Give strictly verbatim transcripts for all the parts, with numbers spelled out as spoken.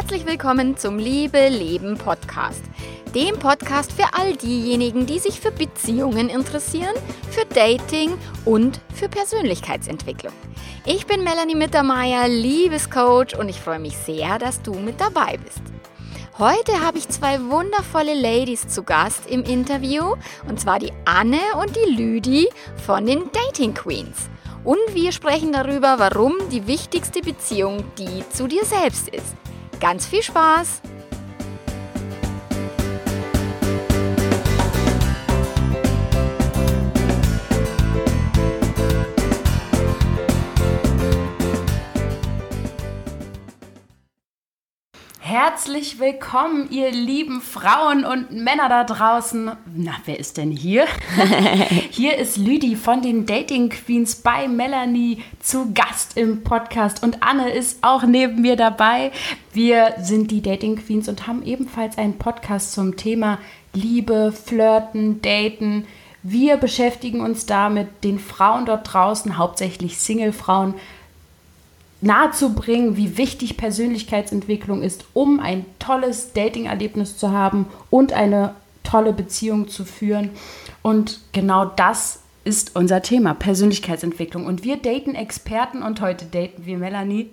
Herzlich willkommen zum Liebe Leben Podcast. Dem Podcast für all diejenigen, die sich für Beziehungen interessieren, für Dating und für Persönlichkeitsentwicklung. Ich bin Melanie Mittermeier, Liebescoach, und ich freue mich sehr, dass du mit dabei bist. Heute habe ich zwei wundervolle Ladies zu Gast im Interview, und zwar die Anne und die Lüdi von den Dating Queens. Und wir sprechen darüber, warum die wichtigste Beziehung die zu dir selbst ist. Ganz viel Spaß! Herzlich willkommen, ihr lieben Frauen und Männer da draußen. Na, wer ist denn hier? Hier ist Lüdi von den Dating Queens bei Melanie zu Gast im Podcast. Und Anne ist auch neben mir dabei. Wir sind die Dating Queens und haben ebenfalls einen Podcast zum Thema Liebe, Flirten, Daten. Wir beschäftigen uns da mit den Frauen dort draußen, hauptsächlich Single-Frauen, nahezubringen, wie wichtig Persönlichkeitsentwicklung ist, um ein tolles Dating-Erlebnis zu haben und eine tolle Beziehung zu führen. Und genau das ist unser Thema, Persönlichkeitsentwicklung. Und wir daten Experten und heute daten wir Melanie.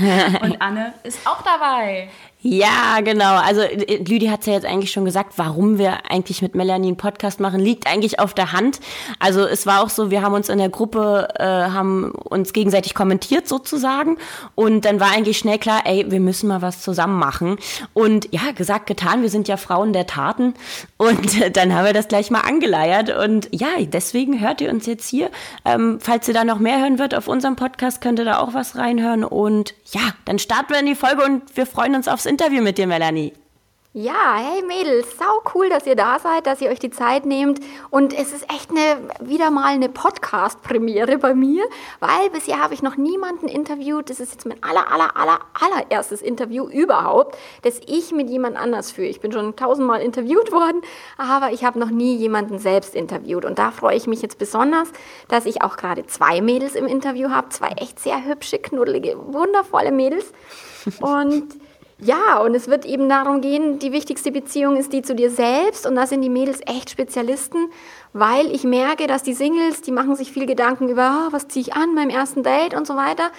Und Anne ist auch dabei. Ja, genau. Also Lüdi hat es ja jetzt eigentlich schon gesagt, warum wir eigentlich mit Melanie einen Podcast machen, liegt eigentlich auf der Hand. Also es war auch so, wir haben uns in der Gruppe, äh, haben uns gegenseitig kommentiert sozusagen, und dann war eigentlich schnell klar, ey, wir müssen mal was zusammen machen. Und ja, gesagt, getan, wir sind ja Frauen der Taten, und dann haben wir das gleich mal angeleiert. Und ja, deswegen hört ihr uns jetzt hier. Ähm, falls ihr da noch mehr hören wird auf unserem Podcast, könnt ihr da auch was reinhören. Und ja, dann starten wir in die Folge und wir freuen uns aufs Interview mit dir, Melanie. Ja, hey Mädels, sau cool, dass ihr da seid, dass ihr euch die Zeit nehmt, und es ist echt eine, wieder mal eine Podcast-Premiere bei mir, weil bisher habe ich noch niemanden interviewt. Das ist jetzt mein aller, aller, aller, allererstes Interview überhaupt, das ich mit jemand anders führe. Ich bin schon tausendmal interviewt worden, aber ich habe noch nie jemanden selbst interviewt, und da freue ich mich jetzt besonders, dass ich auch gerade zwei Mädels im Interview habe, zwei echt sehr hübsche, knuddelige, wundervolle Mädels, und ja, und es wird eben darum gehen, die wichtigste Beziehung ist die zu dir selbst, und da sind die Mädels echt Spezialisten, weil ich merke, dass die Singles, die machen sich viel Gedanken über, oh, was ziehe ich an beim ersten Date und so weiter,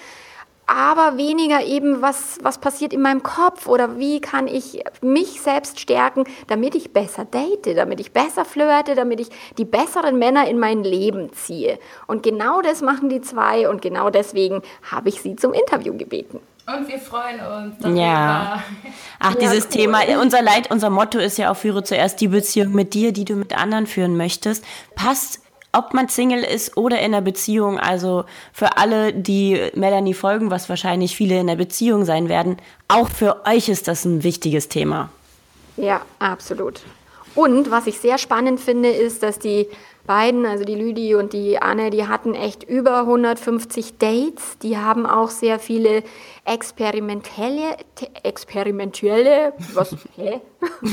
aber weniger eben, was, was passiert in meinem Kopf oder wie kann ich mich selbst stärken, damit ich besser date, damit ich besser flirte, damit ich die besseren Männer in mein Leben ziehe. Und genau das machen die zwei, und genau deswegen habe ich sie zum Interview gebeten. Und wir freuen uns darüber. Ja. Ach, dieses ja, cool. Thema, unser Leit, unser Motto ist ja auch, führe zuerst die Beziehung mit dir, die du mit anderen führen möchtest. Passt, ob man Single ist oder in einer Beziehung. Also für alle, die Melanie folgen, was wahrscheinlich viele in der Beziehung sein werden, auch für euch ist das ein wichtiges Thema. Ja, absolut. Und was ich sehr spannend finde, ist, dass die beiden, also die Lüdi und die Anne, die hatten echt über hundertfünfzig Dates. Die haben auch sehr viele experimentelle, experimentelle, was, hä?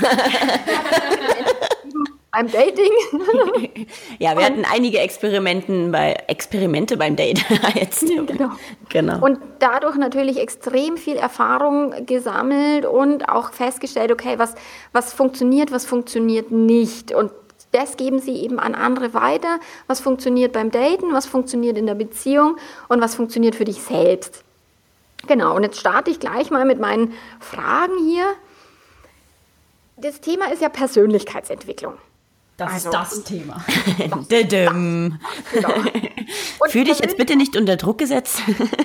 beim Dating. Ja, wir und, hatten einige Experimenten bei, Experimente beim Date. Jetzt. Genau. Genau. Und dadurch natürlich extrem viel Erfahrung gesammelt und auch festgestellt, okay, was, was funktioniert, was funktioniert nicht. Und das geben sie eben an andere weiter, was funktioniert beim Daten, was funktioniert in der Beziehung und was funktioniert für dich selbst. Genau, und jetzt starte ich gleich mal mit meinen Fragen hier. Das Thema ist ja Persönlichkeitsentwicklung. Das also, ist das Thema. Das, das, genau. Fühl dich jetzt bitte nicht unter Druck gesetzt.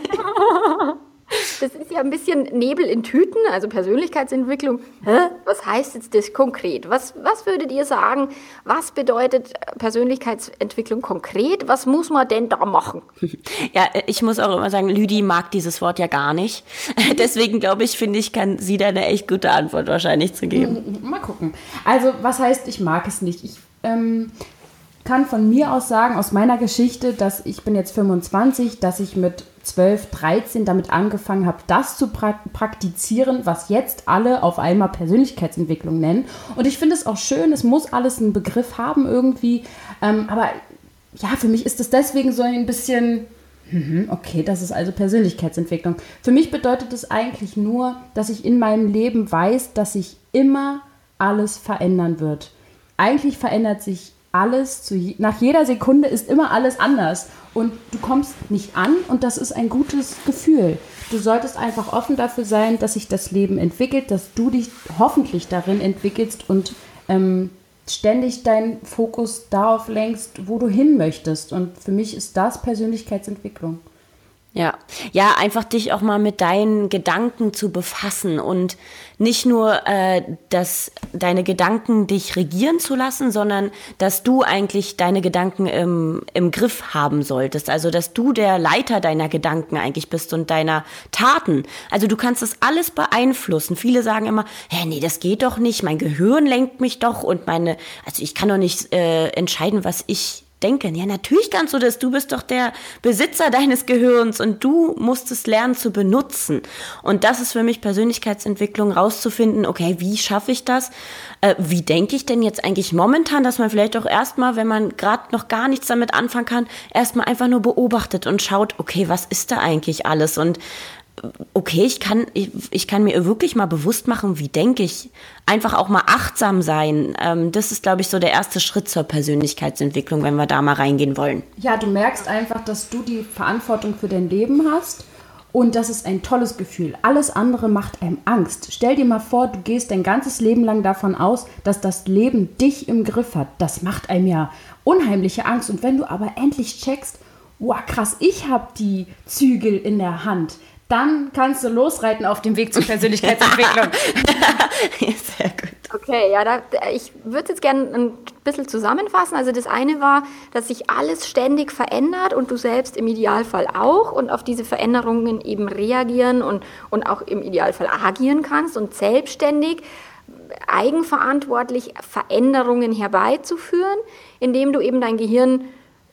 Das ist ja ein bisschen Nebel in Tüten, also Persönlichkeitsentwicklung. Hä? Was heißt jetzt das konkret? Was, was würdet ihr sagen, was bedeutet Persönlichkeitsentwicklung konkret? Was muss man denn da machen? Ja, ich muss auch immer sagen, Lüdi mag dieses Wort ja gar nicht. Deswegen glaube ich, finde ich, kann sie da eine echt gute Antwort wahrscheinlich zu geben. Mal gucken. Also, was heißt, ich mag es nicht? Ich ähm, kann von mir aus sagen, aus meiner Geschichte, dass ich bin jetzt fünfundzwanzig, dass ich mit zwölf, dreizehn damit angefangen habe, das zu pra- praktizieren, was jetzt alle auf einmal Persönlichkeitsentwicklung nennen. Und ich finde es auch schön, es muss alles einen Begriff haben irgendwie. Ähm, aber ja, für mich ist es deswegen so ein bisschen Okay, das ist also Persönlichkeitsentwicklung. Für mich bedeutet es eigentlich nur, dass ich in meinem Leben weiß, dass sich immer alles verändern wird. Eigentlich verändert sich alles, zu je- nach jeder Sekunde ist immer alles anders und du kommst nicht an und das ist ein gutes Gefühl. Du solltest einfach offen dafür sein, dass sich das Leben entwickelt, dass du dich hoffentlich darin entwickelst und ähm, ständig deinen Fokus darauf lenkst, wo du hin möchtest. Und für mich ist das Persönlichkeitsentwicklung. Ja, ja, einfach dich auch mal mit deinen Gedanken zu befassen und nicht nur, äh, dass deine Gedanken dich regieren zu lassen, sondern dass du eigentlich deine Gedanken im, im Griff haben solltest. Also, dass du der Leiter deiner Gedanken eigentlich bist und deiner Taten. Also, du kannst das alles beeinflussen. Viele sagen immer, hä, nee, das geht doch nicht, mein Gehirn lenkt mich doch und meine, also ich kann doch nicht äh, entscheiden, was ich denken. Ja, natürlich kannst du das. Du bist doch der Besitzer deines Gehirns und du musst es lernen zu benutzen. Und das ist für mich Persönlichkeitsentwicklung, rauszufinden, okay, wie schaffe ich das? Äh, wie denke ich denn jetzt eigentlich momentan, dass man vielleicht auch erstmal, wenn man gerade noch gar nichts damit anfangen kann, erstmal einfach nur beobachtet und schaut, okay, was ist da eigentlich alles? Und okay, ich kann, ich, ich kann mir wirklich mal bewusst machen, wie denke ich. Einfach auch mal achtsam sein. Ähm, das ist, glaube ich, so der erste Schritt zur Persönlichkeitsentwicklung, wenn wir da mal reingehen wollen. Ja, du merkst einfach, dass du die Verantwortung für dein Leben hast und das ist ein tolles Gefühl. Alles andere macht einem Angst. Stell dir mal vor, du gehst dein ganzes Leben lang davon aus, dass das Leben dich im Griff hat. Das macht einem ja unheimliche Angst. Und wenn du aber endlich checkst, wow, krass, ich habe die Zügel in der Hand, dann kannst du losreiten auf dem Weg zur Persönlichkeitsentwicklung. Sehr gut. Okay, ja, da, ich würde es jetzt gerne ein bisschen zusammenfassen. Also das eine war, dass sich alles ständig verändert und du selbst im Idealfall auch und auf diese Veränderungen eben reagieren und, und auch im Idealfall agieren kannst und selbstständig, eigenverantwortlich Veränderungen herbeizuführen, indem du eben dein Gehirn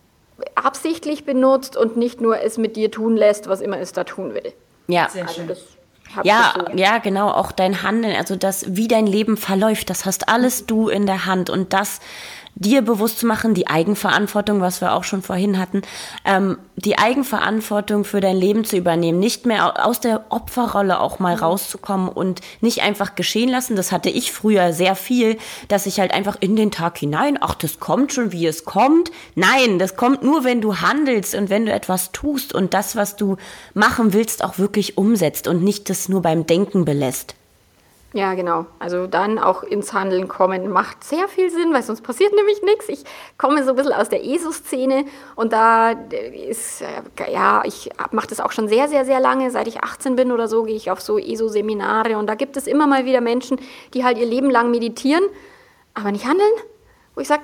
absichtlich benutzt und nicht nur es mit dir tun lässt, was immer es da tun will. Ja. Sehr schön. Also das Ja, ja, genau, auch dein Handeln, also das, wie dein Leben verläuft, das hast alles du in der Hand und das dir bewusst zu machen, die Eigenverantwortung, was wir auch schon vorhin hatten, ähm, die Eigenverantwortung für dein Leben zu übernehmen, nicht mehr aus der Opferrolle auch mal rauszukommen und nicht einfach geschehen lassen. Das hatte ich früher sehr viel, dass ich halt einfach in den Tag hinein, ach, das kommt schon, wie es kommt. Nein, das kommt nur, wenn du handelst und wenn du etwas tust und das, was du machen willst, auch wirklich umsetzt und nicht das nur beim Denken belässt. Ja, genau. Also dann auch ins Handeln kommen macht sehr viel Sinn, weil sonst passiert nämlich nichts. Ich komme so ein bisschen aus der E S O-Szene und da ist, ja, ich mache das auch schon sehr, sehr, sehr lange. Seit ich achtzehn bin oder so, gehe ich auf so E S O-Seminare und da gibt es immer mal wieder Menschen, die halt ihr Leben lang meditieren, aber nicht handeln. Wo ich sage,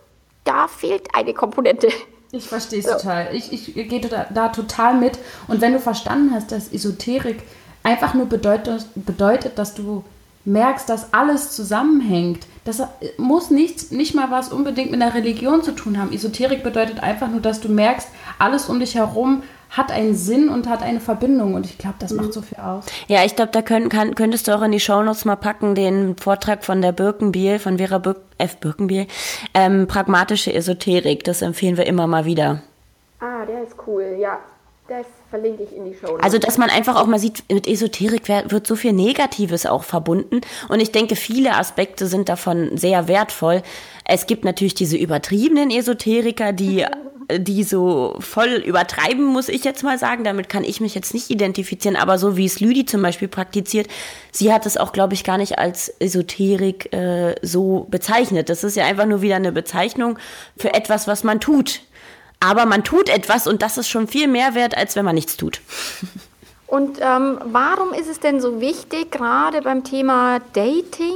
da fehlt eine Komponente. Ich verstehe es so. total. Ich, ich gehe da, da total mit. Und wenn du verstanden hast, dass Esoterik einfach nur bedeutet, bedeutet, dass du merkst, dass alles zusammenhängt. Das muss nicht, nicht mal was unbedingt mit einer Religion zu tun haben. Esoterik bedeutet einfach nur, dass du merkst, alles um dich herum hat einen Sinn und hat eine Verbindung. Und ich glaube, das macht so viel aus. Ja, ich glaube, da könnt, kann, könntest du auch in die Shownotes mal packen, den Vortrag von der Birkenbiel, von Vera Bir- F. Birkenbiel, ähm, pragmatische Esoterik. Das empfehlen wir immer mal wieder. Ah, der ist cool, ja. Das verlinke ich in die Show. Also, dass man einfach auch mal sieht, mit Esoterik wird so viel Negatives auch verbunden. Und ich denke, viele Aspekte sind davon sehr wertvoll. Es gibt natürlich diese übertriebenen Esoteriker, die, die so voll übertreiben, muss ich jetzt mal sagen. Damit kann ich mich jetzt nicht identifizieren. Aber so wie es Lüdi zum Beispiel praktiziert, sie hat es auch, glaube ich, gar nicht als Esoterik äh, so bezeichnet. Das ist ja einfach nur wieder eine Bezeichnung für etwas, was man tut. Aber man tut etwas und das ist schon viel mehr wert, als wenn man nichts tut. Und ähm, warum ist es denn so wichtig, gerade beim Thema Dating,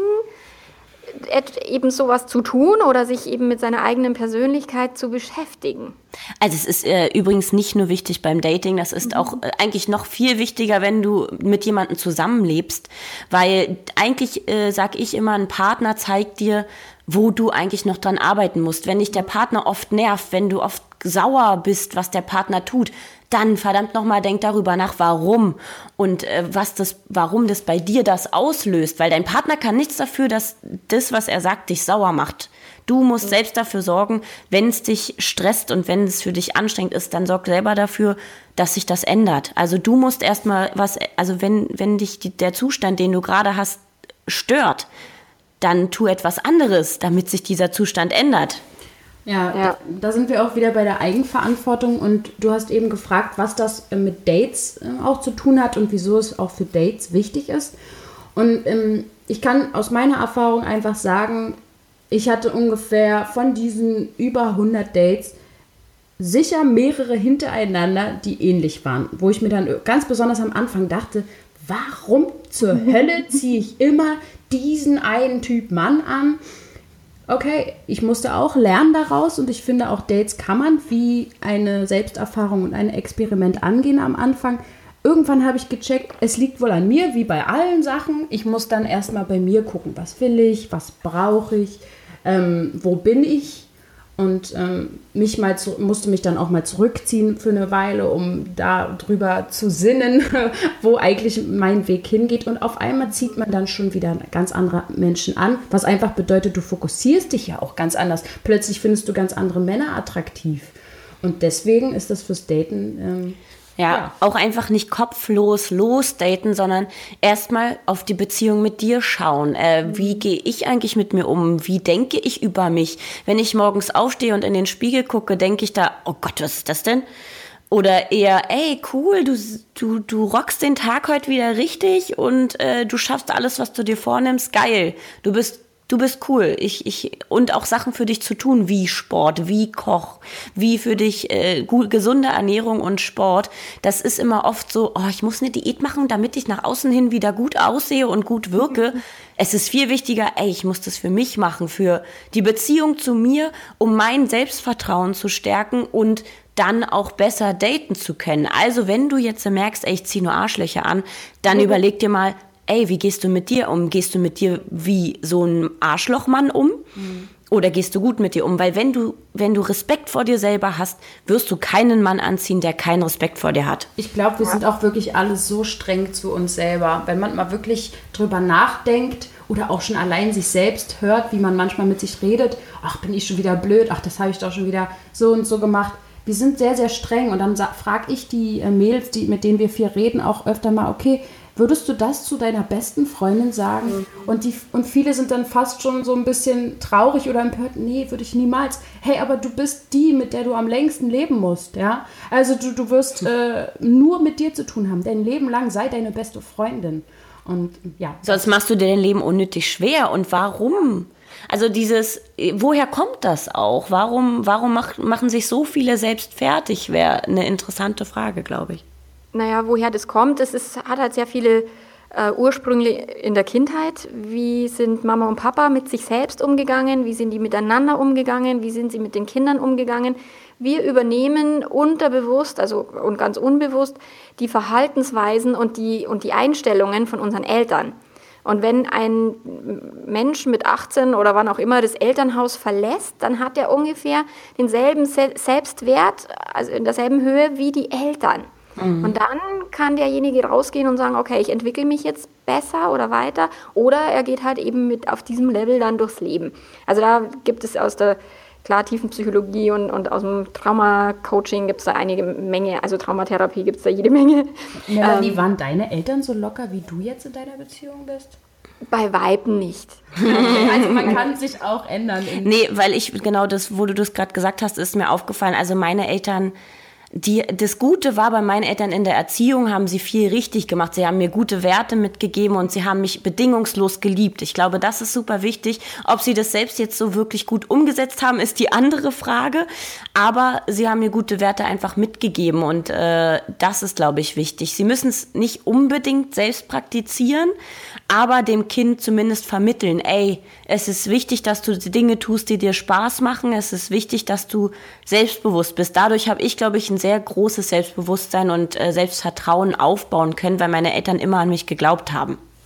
eben sowas zu tun oder sich eben mit seiner eigenen Persönlichkeit zu beschäftigen? Also es ist äh, übrigens nicht nur wichtig beim Dating, das ist mhm. auch äh, eigentlich noch viel wichtiger, wenn du mit jemandem zusammenlebst, weil eigentlich, äh, sag ich immer, ein Partner zeigt dir, wo du eigentlich noch dran arbeiten musst. Wenn dich der Partner oft nervt, wenn du oft sauer bist, was der Partner tut, dann verdammt nochmal denk darüber nach, warum und äh, was das, warum das bei dir das auslöst, weil dein Partner kann nichts dafür, dass das, was er sagt, dich sauer macht. Du musst selbst dafür sorgen, wenn es dich stresst und wenn es für dich anstrengend ist, dann sorg selber dafür, dass sich das ändert. Also du musst erstmal was, also wenn, wenn dich die, der Zustand, den du gerade hast, stört, dann tu etwas anderes, damit sich dieser Zustand ändert. Ja, ja, da sind wir auch wieder bei der Eigenverantwortung und du hast eben gefragt, was das mit Dates auch zu tun hat und wieso es auch für Dates wichtig ist. Und ähm, ich kann aus meiner Erfahrung einfach sagen, ich hatte ungefähr von diesen über hundert Dates sicher mehrere hintereinander, die ähnlich waren, wo ich mir dann ganz besonders am Anfang dachte, warum zur Hölle ziehe ich immer diesen einen Typ Mann an? Okay, ich musste auch lernen daraus und ich finde auch Dates kann man wie eine Selbsterfahrung und ein Experiment angehen am Anfang. Irgendwann habe ich gecheckt, es liegt wohl an mir, wie bei allen Sachen. Ich muss dann erstmal bei mir gucken, was will ich, was brauche ich, ähm, wo bin ich und ähm, mich mal zu, musste mich dann auch mal zurückziehen für eine Weile, um darüber zu sinnen, wo eigentlich mein Weg hingeht. Und auf einmal zieht man dann schon wieder ganz andere Menschen an, was einfach bedeutet, du fokussierst dich ja auch ganz anders. Plötzlich findest du ganz andere Männer attraktiv. Und deswegen ist das fürs Daten... Ähm, Ja, ja, auch einfach nicht kopflos losdaten, sondern erstmal auf die Beziehung mit dir schauen. Äh, mhm. Wie gehe ich eigentlich mit mir um? Wie denke ich über mich? Wenn ich morgens aufstehe und in den Spiegel gucke, denke ich da, oh Gott, was ist das denn? Oder eher, ey, cool, du, du, du rockst den Tag heute wieder richtig und äh, du schaffst alles, was du dir vornimmst, geil. Du bist Du bist cool. Ich, ich, und auch Sachen für dich zu tun, wie Sport, wie Koch, wie für dich äh, gut, gesunde Ernährung und Sport. Das ist immer oft so, oh, ich muss eine Diät machen, damit ich nach außen hin wieder gut aussehe und gut wirke. Es ist viel wichtiger, ey, ich muss das für mich machen, für die Beziehung zu mir, um mein Selbstvertrauen zu stärken und dann auch besser daten zu können. Also wenn du jetzt merkst, ey, ich ziehe nur Arschlöcher an, dann mhm. überleg dir mal, ey, wie gehst du mit dir um? Gehst du mit dir wie so ein Arschlochmann um? Mhm. Oder gehst du gut mit dir um? Weil wenn du, wenn du Respekt vor dir selber hast, wirst du keinen Mann anziehen, der keinen Respekt vor dir hat. Ich glaube, wir sind auch wirklich alle so streng zu uns selber. Wenn man mal wirklich drüber nachdenkt oder auch schon allein sich selbst hört, wie man manchmal mit sich redet, ach, bin ich schon wieder blöd, ach, das habe ich doch schon wieder so und so gemacht. Wir sind sehr, sehr streng und dann frage ich die äh, Mädels, die, mit denen wir viel reden, auch öfter mal, okay, würdest du das zu deiner besten Freundin sagen? Mhm. Und, die, und viele sind dann fast schon so ein bisschen traurig oder empört. Nee, würde ich niemals. Hey, aber du bist die, mit der du am längsten leben musst. Ja? Also du, du wirst äh, nur mit dir zu tun haben. Dein Leben lang sei deine beste Freundin. Und ja. Sonst machst du dir dein Leben unnötig schwer. Und warum? Also dieses, woher kommt das auch? Warum, warum mach, machen sich so viele selbst fertig? Wäre eine interessante Frage, glaube ich. Naja, woher das kommt, das ist, hat halt sehr viele äh, Ursprünge in der Kindheit. Wie sind Mama und Papa mit sich selbst umgegangen? Wie sind die miteinander umgegangen? Wie sind sie mit den Kindern umgegangen? Wir übernehmen unterbewusst, also und ganz unbewusst, die Verhaltensweisen und die, und die Einstellungen von unseren Eltern. Und wenn ein Mensch mit achtzehn oder wann auch immer das Elternhaus verlässt, dann hat er ungefähr denselben Se- Selbstwert, also in derselben Höhe wie die Eltern. Mhm. Und dann kann derjenige rausgehen und sagen, okay, ich entwickle mich jetzt besser oder weiter. Oder er geht halt eben mit auf diesem Level dann durchs Leben. Also da gibt es aus der klar Tiefenpsychologie und, und aus dem Trauma-Coaching gibt es da einige Menge, also Traumatherapie gibt es da jede Menge. Melanie, ähm, waren deine Eltern so locker, wie du jetzt in deiner Beziehung bist? Bei Weitem nicht. Also man kann sich auch ändern. Nee, weil ich, genau das, wo du das gerade gesagt hast, ist mir aufgefallen. Also meine Eltern... Die, das Gute war bei meinen Eltern in der Erziehung, haben sie viel richtig gemacht. Sie haben mir gute Werte mitgegeben und sie haben mich bedingungslos geliebt. Ich glaube, das ist super wichtig. Ob sie das selbst jetzt so wirklich gut umgesetzt haben, ist die andere Frage. Aber sie haben mir gute Werte einfach mitgegeben und äh, das ist, glaube ich, wichtig. Sie müssen es nicht unbedingt selbst praktizieren, aber dem Kind zumindest vermitteln, ey, es ist wichtig, dass du die Dinge tust, die dir Spaß machen. Es ist wichtig, dass du selbstbewusst bist. Dadurch habe ich, glaube ich, ein sehr großes Selbstbewusstsein und äh, Selbstvertrauen aufbauen können, weil meine Eltern immer an mich geglaubt haben.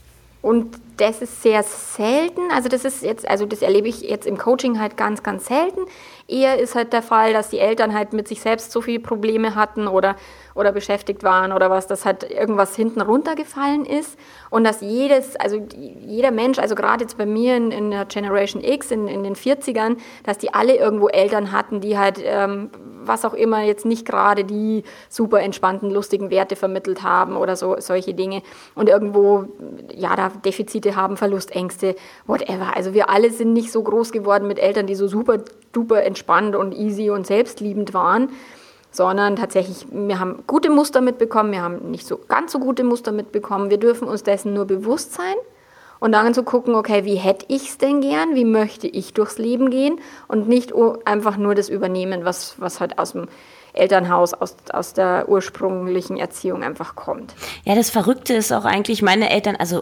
Und das ist sehr selten, also das ist jetzt, also das erlebe ich jetzt im Coaching halt ganz, ganz selten. Eher ist halt der Fall, dass die Eltern halt mit sich selbst so viele Probleme hatten oder, oder beschäftigt waren oder was, dass halt irgendwas hinten runtergefallen ist und dass jedes, also jeder Mensch, also gerade jetzt bei mir in, in der Generation X, in, in den vierzigern, dass die alle irgendwo Eltern hatten, die halt, ähm, was auch immer, jetzt nicht gerade die super entspannten, lustigen Werte vermittelt haben oder so, solche Dinge und irgendwo, ja, da Defizite haben, Verlustängste, whatever. Also wir alle sind nicht so groß geworden mit Eltern, die so super duper entspannt und easy und selbstliebend waren, sondern tatsächlich, wir haben gute Muster mitbekommen, wir haben nicht so ganz so gute Muster mitbekommen. Wir dürfen uns dessen nur bewusst sein und dann zu gucken, okay, wie hätte ich es denn gern, wie möchte ich durchs Leben gehen und nicht einfach nur das übernehmen, was, was halt aus dem Elternhaus, aus, aus der ursprünglichen Erziehung einfach kommt. Ja, das Verrückte ist auch eigentlich, meine Eltern, also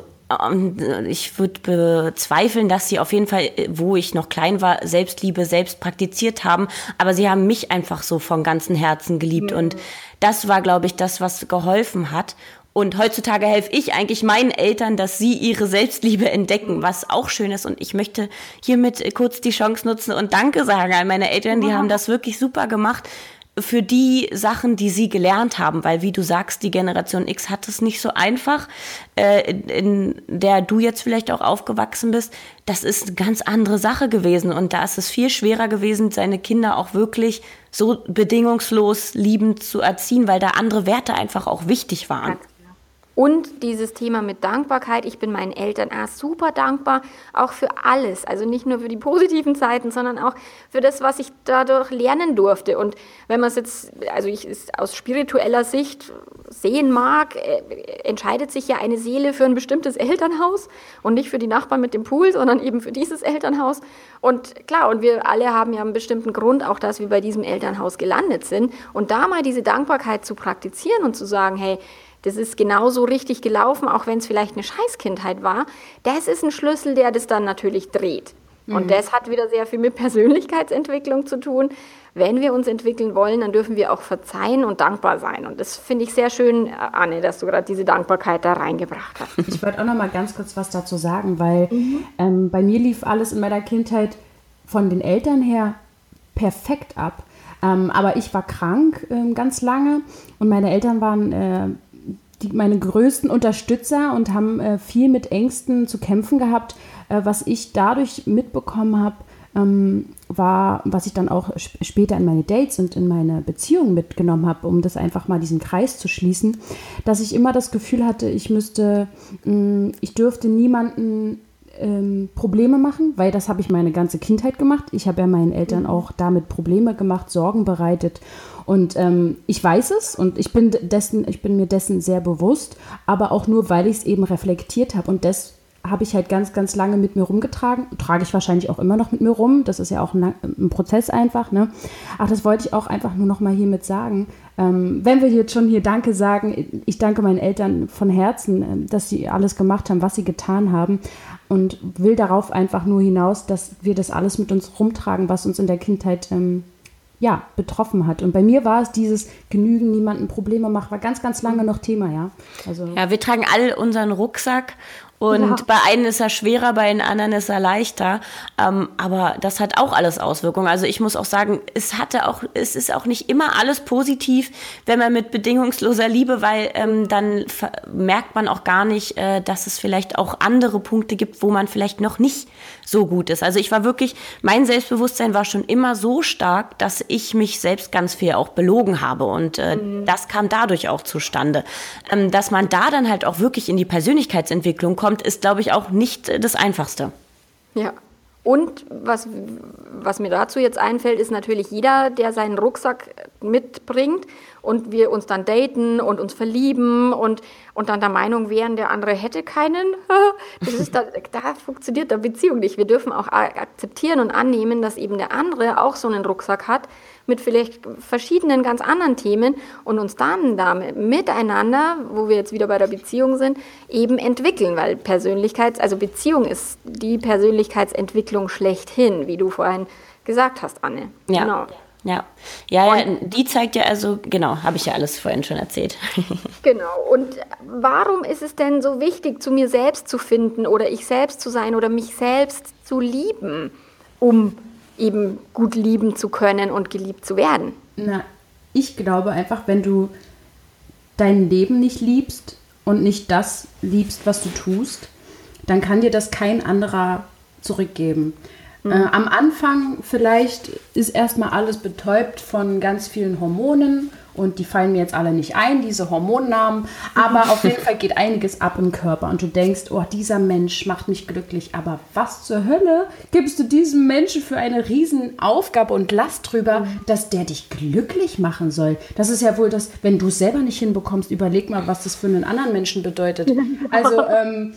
ich würde bezweifeln, dass sie auf jeden Fall, wo ich noch klein war, Selbstliebe selbst praktiziert haben, aber sie haben mich einfach so von ganzem Herzen geliebt mhm. und das war, glaube ich, das, was geholfen hat. Und heutzutage helfe ich eigentlich meinen Eltern, dass sie ihre Selbstliebe entdecken, was auch schön ist. Und ich möchte hiermit kurz die Chance nutzen und Danke sagen an meine Eltern, die mhm. haben das wirklich super gemacht. Für die Sachen, die sie gelernt haben, weil wie du sagst, die Generation X hat es nicht so einfach, äh, in der du jetzt vielleicht auch aufgewachsen bist. Das ist eine ganz andere Sache gewesen und da ist es viel schwerer gewesen, seine Kinder auch wirklich so bedingungslos liebend zu erziehen, weil da andere Werte einfach auch wichtig waren. Und dieses Thema mit Dankbarkeit, ich bin meinen Eltern auch super dankbar, auch für alles, also nicht nur für die positiven Seiten, sondern auch für das, was ich dadurch lernen durfte. Und wenn man es jetzt, also ich es aus spiritueller Sicht sehen mag, entscheidet sich ja eine Seele für ein bestimmtes Elternhaus und nicht für die Nachbarn mit dem Pool, sondern eben für dieses Elternhaus. Und klar, und wir alle haben ja einen bestimmten Grund, auch dass wir bei diesem Elternhaus gelandet sind. Und da mal diese Dankbarkeit zu praktizieren und zu sagen, hey, das ist genauso richtig gelaufen, auch wenn es vielleicht eine Scheißkindheit war. Das ist ein Schlüssel, der das dann natürlich dreht. Mhm. Und das hat wieder sehr viel mit Persönlichkeitsentwicklung zu tun. Wenn wir uns entwickeln wollen, dann dürfen wir auch verzeihen und dankbar sein. Und das finde ich sehr schön, Anne, dass du gerade diese Dankbarkeit da reingebracht hast. Ich wollte auch noch mal ganz kurz was dazu sagen, weil mhm. ähm, bei mir lief alles in meiner Kindheit von den Eltern her perfekt ab. Ähm, aber ich war krank ähm, ganz lange und meine Eltern waren äh, die, meine größten Unterstützer und haben äh, viel mit Ängsten zu kämpfen gehabt. Äh, was ich dadurch mitbekommen habe, ähm, war, was ich dann auch sp- später in meine Dates und in meine Beziehung mitgenommen habe, um das einfach mal diesen Kreis zu schließen, dass ich immer das Gefühl hatte, ich müsste, mh, ich dürfte niemanden ähm, Probleme machen, weil das habe ich meine ganze Kindheit gemacht. Ich habe ja meinen Eltern auch damit Probleme gemacht, Sorgen bereitet. Und ähm, ich weiß es und ich bin dessen, ich bin mir dessen sehr bewusst, aber auch nur, weil ich es eben reflektiert habe. Und das habe ich halt ganz, ganz lange mit mir rumgetragen. Trage ich wahrscheinlich auch immer noch mit mir rum. Das ist ja auch ein, ein Prozess einfach. Ne? Ach, das wollte ich auch einfach nur noch mal hiermit sagen. Ähm, wenn wir jetzt schon hier Danke sagen, ich danke meinen Eltern von Herzen, dass sie alles gemacht haben, was sie getan haben. Und will darauf einfach nur hinaus, dass wir das alles mit uns rumtragen, was uns in der Kindheit ähm, ja, betroffen hat. Und bei mir war es dieses Genügen, niemanden Probleme machen, war ganz, ganz lange noch Thema, ja. Also ja, wir tragen alle unseren Rucksack und ja. bei einem ist er schwerer, bei den anderen ist er leichter. Ähm, aber das hat auch alles Auswirkungen. Also ich muss auch sagen, es hatte auch, es ist auch nicht immer alles positiv, wenn man mit bedingungsloser Liebe, weil ähm, dann ver- merkt man auch gar nicht, äh, dass es vielleicht auch andere Punkte gibt, wo man vielleicht noch nicht so gut ist. Also ich war wirklich, mein Selbstbewusstsein war schon immer so stark, dass ich mich selbst ganz viel auch belogen habe. Und äh, mhm. das kam dadurch auch zustande. Ähm, dass man da dann halt auch wirklich in die Persönlichkeitsentwicklung kommt, ist, glaube ich, auch nicht das Einfachste. Ja. Und was, was mir dazu jetzt einfällt, ist natürlich jeder, der seinen Rucksack mitbringt und wir uns dann daten und uns verlieben und, und dann der Meinung wären, der andere hätte keinen. Das ist da, da funktioniert der Beziehung nicht. Wir dürfen auch akzeptieren und annehmen, dass eben der andere auch so einen Rucksack hat mit vielleicht verschiedenen ganz anderen Themen und uns dann damit miteinander, wo wir jetzt wieder bei der Beziehung sind, eben entwickeln, weil Persönlichkeits-, also Beziehung ist die Persönlichkeitsentwicklung schlechthin, wie du vorhin gesagt hast, Anne. Ja. Genau. Ja, ja, ja, die zeigt ja also, genau, habe ich ja alles vorhin schon erzählt. Genau. Und warum ist es denn so wichtig, zu mir selbst zu finden oder ich selbst zu sein oder mich selbst zu lieben, um eben gut lieben zu können und geliebt zu werden? Na, ich glaube einfach, wenn du dein Leben nicht liebst und nicht das liebst, was du tust, dann kann dir das kein anderer zurückgeben. Mhm. Äh, am Anfang vielleicht ist erstmal alles betäubt von ganz vielen Hormonen und die fallen mir jetzt alle nicht ein, diese Hormonnamen, aber auf jeden Fall geht einiges ab im Körper und du denkst, oh, dieser Mensch macht mich glücklich, aber was zur Hölle gibst du diesem Menschen für eine riesen Aufgabe und Last drüber, mhm. dass der dich glücklich machen soll? Das ist ja wohl das, wenn du es selber nicht hinbekommst, überleg mal, was das für einen anderen Menschen bedeutet. Also, ähm,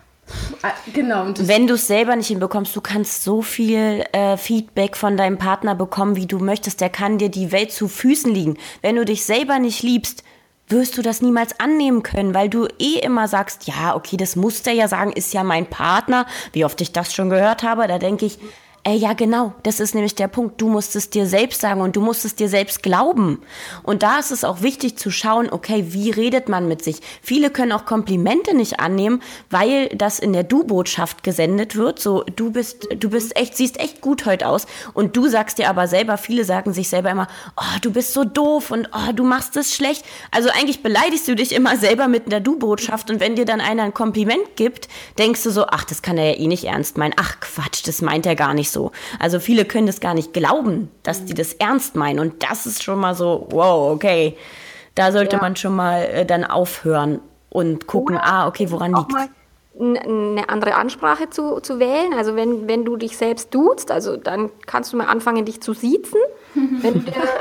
genau. Und wenn du es selber nicht hinbekommst, du kannst so viel äh, Feedback von deinem Partner bekommen, wie du möchtest. Der kann dir die Welt zu Füßen liegen. Wenn du dich selber nicht liebst, wirst du das niemals annehmen können, weil du eh immer sagst, ja, okay, das muss der ja sagen, ist ja mein Partner. Wie oft ich das schon gehört habe, da denke ich, Ey, ja, genau, das ist nämlich der Punkt. Du musst es dir selbst sagen und du musst es dir selbst glauben. Und da ist es auch wichtig zu schauen, okay, wie redet man mit sich? Viele können auch Komplimente nicht annehmen, weil das in der Du-Botschaft gesendet wird. So, du bist, du bist echt, siehst echt gut heute aus. Und du sagst dir aber selber, viele sagen sich selber immer, oh, du bist so doof und oh, du machst es schlecht. Also eigentlich beleidigst du dich immer selber mit der Du-Botschaft. Und wenn dir dann einer ein Kompliment gibt, denkst du so, ach, das kann er ja eh nicht ernst meinen. Ach, Quatsch, das meint er gar nicht so. Also viele können das gar nicht glauben, dass die das ernst meinen. Und das ist schon mal so, wow, okay. Da sollte ja. man schon mal äh, dann aufhören und gucken, Oder ah, okay, woran liegt es? Eine andere Ansprache zu, zu wählen. Also wenn, wenn du dich selbst duzt, also dann kannst du mal anfangen, dich zu siezen. Wenn du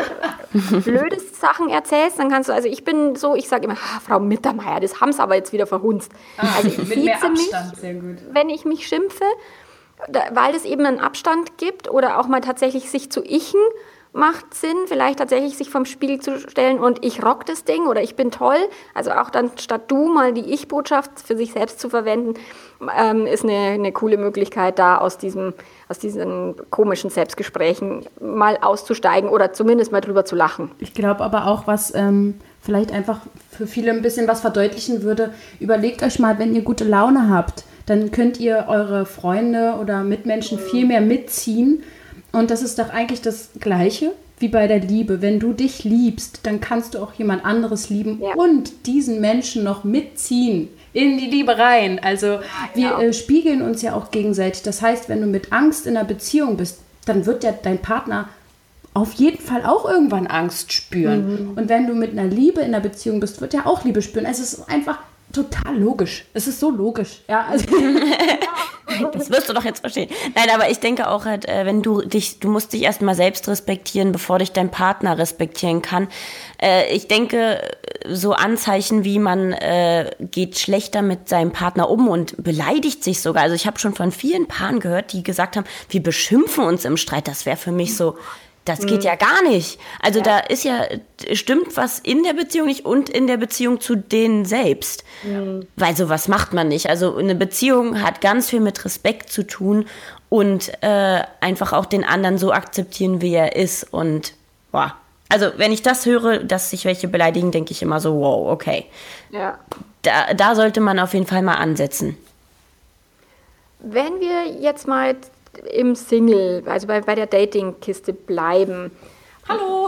dir blöde Sachen erzählst, dann kannst du, also ich bin so, ich sage immer, ah, Frau Mittermeier, das haben sie aber jetzt wieder verhunzt. Ah, also ich mit mehr mich, Abstand, sehr gut. Wenn ich mich schimpfe, weil es eben einen Abstand gibt oder auch mal tatsächlich sich zu ichen, macht Sinn, vielleicht tatsächlich sich vom Spiegel zu stellen und ich rock das Ding oder ich bin toll. Also auch dann statt du mal die Ich-Botschaft für sich selbst zu verwenden, ähm, ist eine, eine coole Möglichkeit, da aus, diesem, aus diesen komischen Selbstgesprächen mal auszusteigen oder zumindest mal drüber zu lachen. Ich glaube aber auch, was ähm, vielleicht einfach für viele ein bisschen was verdeutlichen würde, überlegt euch mal, wenn ihr gute Laune habt, dann könnt ihr eure Freunde oder Mitmenschen viel mehr mitziehen. Und das ist doch eigentlich das Gleiche wie bei der Liebe. Wenn du dich liebst, dann kannst du auch jemand anderes lieben ja. und diesen Menschen noch mitziehen in die Liebe rein. Also wir äh, spiegeln uns ja auch gegenseitig. Das heißt, wenn du mit Angst in einer Beziehung bist, dann wird ja dein Partner auf jeden Fall auch irgendwann Angst spüren. Mhm. Und wenn du mit einer Liebe in einer Beziehung bist, wird er auch Liebe spüren. Es ist einfach total logisch. Es ist so logisch. Ja, also das wirst du doch jetzt verstehen. Nein, aber ich denke auch halt, wenn du dich, du musst dich erstmal selbst respektieren, bevor dich dein Partner respektieren kann. Ich denke, so Anzeichen wie man äh, geht schlechter mit seinem Partner um und beleidigt sich sogar. Also ich habe schon von vielen Paaren gehört, die gesagt haben, wir beschimpfen uns im Streit. Das wäre für mich so, das geht ja gar nicht. Also ja. da ist ja, stimmt was in der Beziehung nicht und in der Beziehung zu denen selbst. Mhm. Weil sowas macht man nicht. Also eine Beziehung hat ganz viel mit Respekt zu tun und äh, einfach auch den anderen so akzeptieren, wie er ist. Und boah. Also wenn ich das höre, dass sich welche beleidigen, denke ich immer so, wow, okay. Ja. Da, da sollte man auf jeden Fall mal ansetzen. Wenn wir jetzt mal im Single, also bei, bei der Dating-Kiste bleiben. Hallo!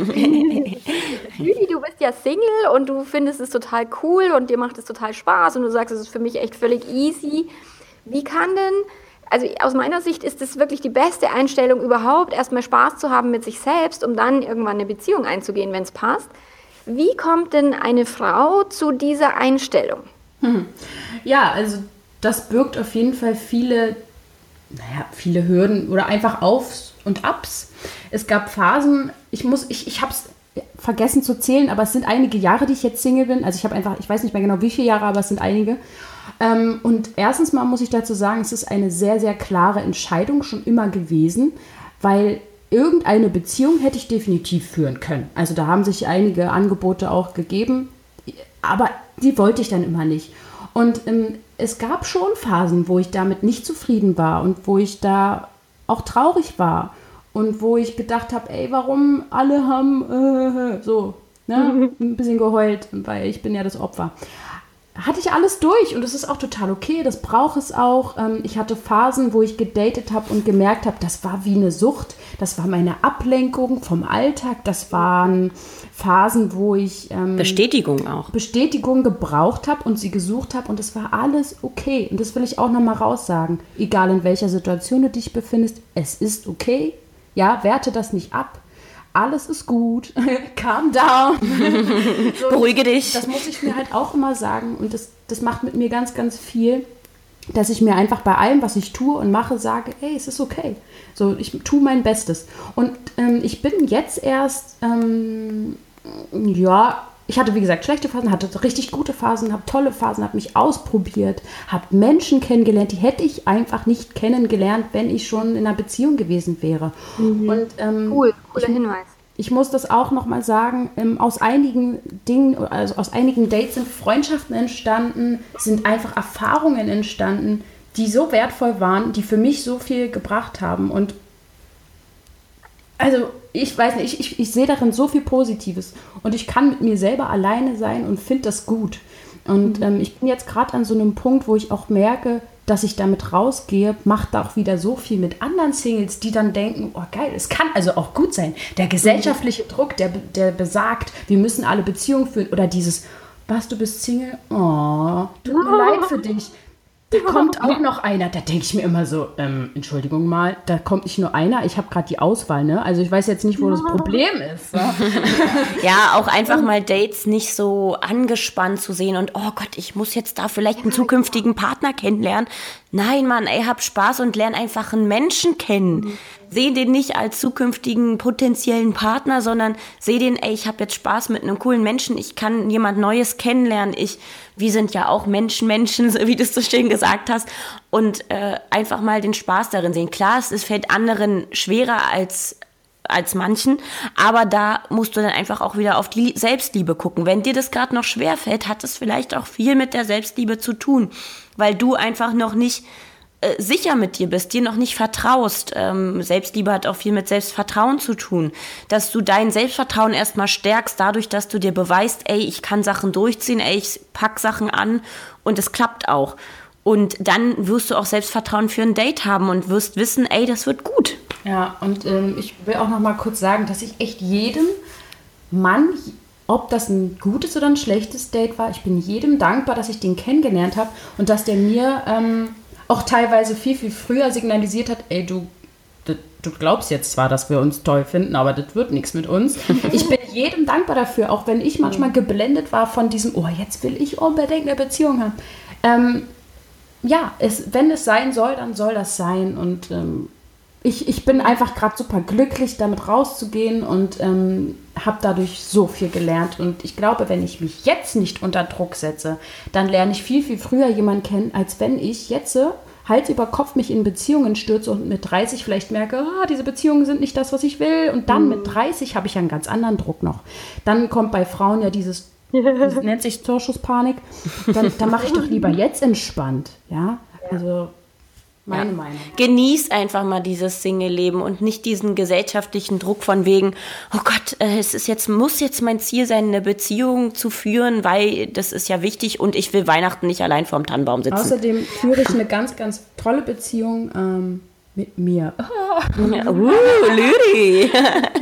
Lüdi, du bist ja Single und du findest es total cool und dir macht es total Spaß und du sagst, es ist für mich echt völlig easy. Wie kann denn, also aus meiner Sicht ist es wirklich die beste Einstellung überhaupt, erstmal Spaß zu haben mit sich selbst, um dann irgendwann eine Beziehung einzugehen, wenn es passt. Wie kommt denn eine Frau zu dieser Einstellung? Hm. Ja, also das birgt auf jeden Fall viele naja, viele Hürden oder einfach Aufs und Abs. Es gab Phasen, ich muss, ich, ich habe es vergessen zu zählen, aber es sind einige Jahre, die ich jetzt Single bin. Also ich habe einfach, ich weiß nicht mehr genau wie viele Jahre, aber es sind einige. Ähm, und erstens mal muss ich dazu sagen, es ist eine sehr, sehr klare Entscheidung schon immer gewesen, weil irgendeine Beziehung hätte ich definitiv führen können. Also da haben sich einige Angebote auch gegeben, aber die wollte ich dann immer nicht. Und ähm, es gab schon Phasen, wo ich damit nicht zufrieden war und wo ich da auch traurig war. und wo ich gedacht habe, ey, warum alle haben äh, so, ne, ein bisschen geheult, weil ich bin ja das Opfer. Hatte ich alles durch und das ist auch total okay, das braucht es auch. Ich hatte Phasen, wo ich gedatet habe und gemerkt habe, das war wie eine Sucht, das war meine Ablenkung vom Alltag, das waren Phasen, wo ich ähm, Bestätigung auch. Bestätigung gebraucht habe und sie gesucht habe und es war alles okay. Und das will ich auch nochmal raussagen, egal in welcher Situation du dich befindest, es ist okay, ja, werte das nicht ab. Alles ist gut, calm down. So, beruhige dich. Das muss ich mir halt auch immer sagen und das, das macht mit mir ganz, ganz viel, dass ich mir einfach bei allem, was ich tue und mache, sage, hey, es ist okay. So, ich tue mein Bestes. Und ähm, ich bin jetzt erst, ähm, ja, ich hatte, wie gesagt, schlechte Phasen, hatte richtig gute Phasen, habe tolle Phasen, habe mich ausprobiert, habe Menschen kennengelernt, die hätte ich einfach nicht kennengelernt, wenn ich schon in einer Beziehung gewesen wäre. Mhm. Und, ähm, cool, cooler ich, Hinweis. Ich muss das auch nochmal sagen, ähm, aus einigen Dingen, also aus einigen Dates sind Freundschaften entstanden, sind einfach Erfahrungen entstanden, die so wertvoll waren, die für mich so viel gebracht haben. Und also ich weiß nicht, ich, ich, ich sehe darin so viel Positives und ich kann mit mir selber alleine sein und finde das gut. Und mhm. ähm, ich bin jetzt gerade an so einem Punkt, wo ich auch merke, dass ich damit rausgehe, macht auch wieder so viel mit anderen Singles, die dann denken, oh geil, es kann also auch gut sein. Der gesellschaftliche Druck, der, der besagt, wir müssen alle Beziehungen führen oder dieses, was, du bist Single? Oh, tut mir leid für dich. Da kommt auch noch einer, da denke ich mir immer so, ähm, Entschuldigung mal, da kommt nicht nur einer, ich habe gerade die Auswahl, ne? Also ich weiß jetzt nicht, wo das Problem ist. Ne? Ja, auch einfach mal Dates nicht so angespannt zu sehen und oh Gott, ich muss jetzt da vielleicht einen zukünftigen Partner kennenlernen. Nein, Mann, ey, hab Spaß und lern einfach einen Menschen kennen. Mhm. Seh den nicht als zukünftigen potenziellen Partner, sondern seh den, ey, ich habe jetzt Spaß mit einem coolen Menschen, ich kann jemand Neues kennenlernen, ich, wir sind ja auch Menschen, Menschen, wie du es so schön gesagt hast, und äh, einfach mal den Spaß darin sehen. Klar, es fällt anderen schwerer als als manchen, aber da musst du dann einfach auch wieder auf die Selbstliebe gucken. Wenn dir das gerade noch schwer fällt, hat es vielleicht auch viel mit der Selbstliebe zu tun, weil du einfach noch nicht äh, sicher mit dir bist, dir noch nicht vertraust. Ähm, Selbstliebe hat auch viel mit Selbstvertrauen zu tun, dass du dein Selbstvertrauen erstmal stärkst, dadurch, dass du dir beweist, ey, ich kann Sachen durchziehen, ey, ich pack Sachen an und es klappt auch. Und dann wirst du auch Selbstvertrauen für ein Date haben und wirst wissen, ey, das wird gut. Ja, und ähm, ich will auch noch mal kurz sagen, dass ich echt jedem Mann, ob das ein gutes oder ein schlechtes Date war, ich bin jedem dankbar, dass ich den kennengelernt habe und dass der mir ähm, auch teilweise viel, viel früher signalisiert hat, ey, du, du, du glaubst jetzt zwar, dass wir uns toll finden, aber das wird nichts mit uns. Ich bin jedem dankbar dafür, auch wenn ich manchmal geblendet war von diesem, oh, jetzt will ich unbedingt eine Beziehung haben. Ähm, ja, es, wenn es sein soll, dann soll das sein und ähm, Ich, ich bin einfach gerade super glücklich, damit rauszugehen und ähm, habe dadurch so viel gelernt. Und ich glaube, wenn ich mich jetzt nicht unter Druck setze, dann lerne ich viel, viel früher jemanden kennen, als wenn ich jetzt Hals über Kopf mich in Beziehungen stürze und mit dreißig vielleicht merke, ah, diese Beziehungen sind nicht das, was ich will. Und dann mit dreißig habe ich ja einen ganz anderen Druck noch. Dann kommt bei Frauen ja dieses, das nennt sich Torschusspanik. Dann, dann mache ich doch lieber jetzt entspannt. Ja, also... Meine ja. Meinung. Genieß einfach mal dieses Single-Leben und nicht diesen gesellschaftlichen Druck von wegen, oh Gott, äh, es ist jetzt, muss jetzt mein Ziel sein, eine Beziehung zu führen, weil das ist ja wichtig und ich will Weihnachten nicht allein vorm Tannenbaum sitzen. Außerdem führe ich eine ganz, ganz tolle Beziehung ähm, mit mir. Oh. Uh, Lüdi!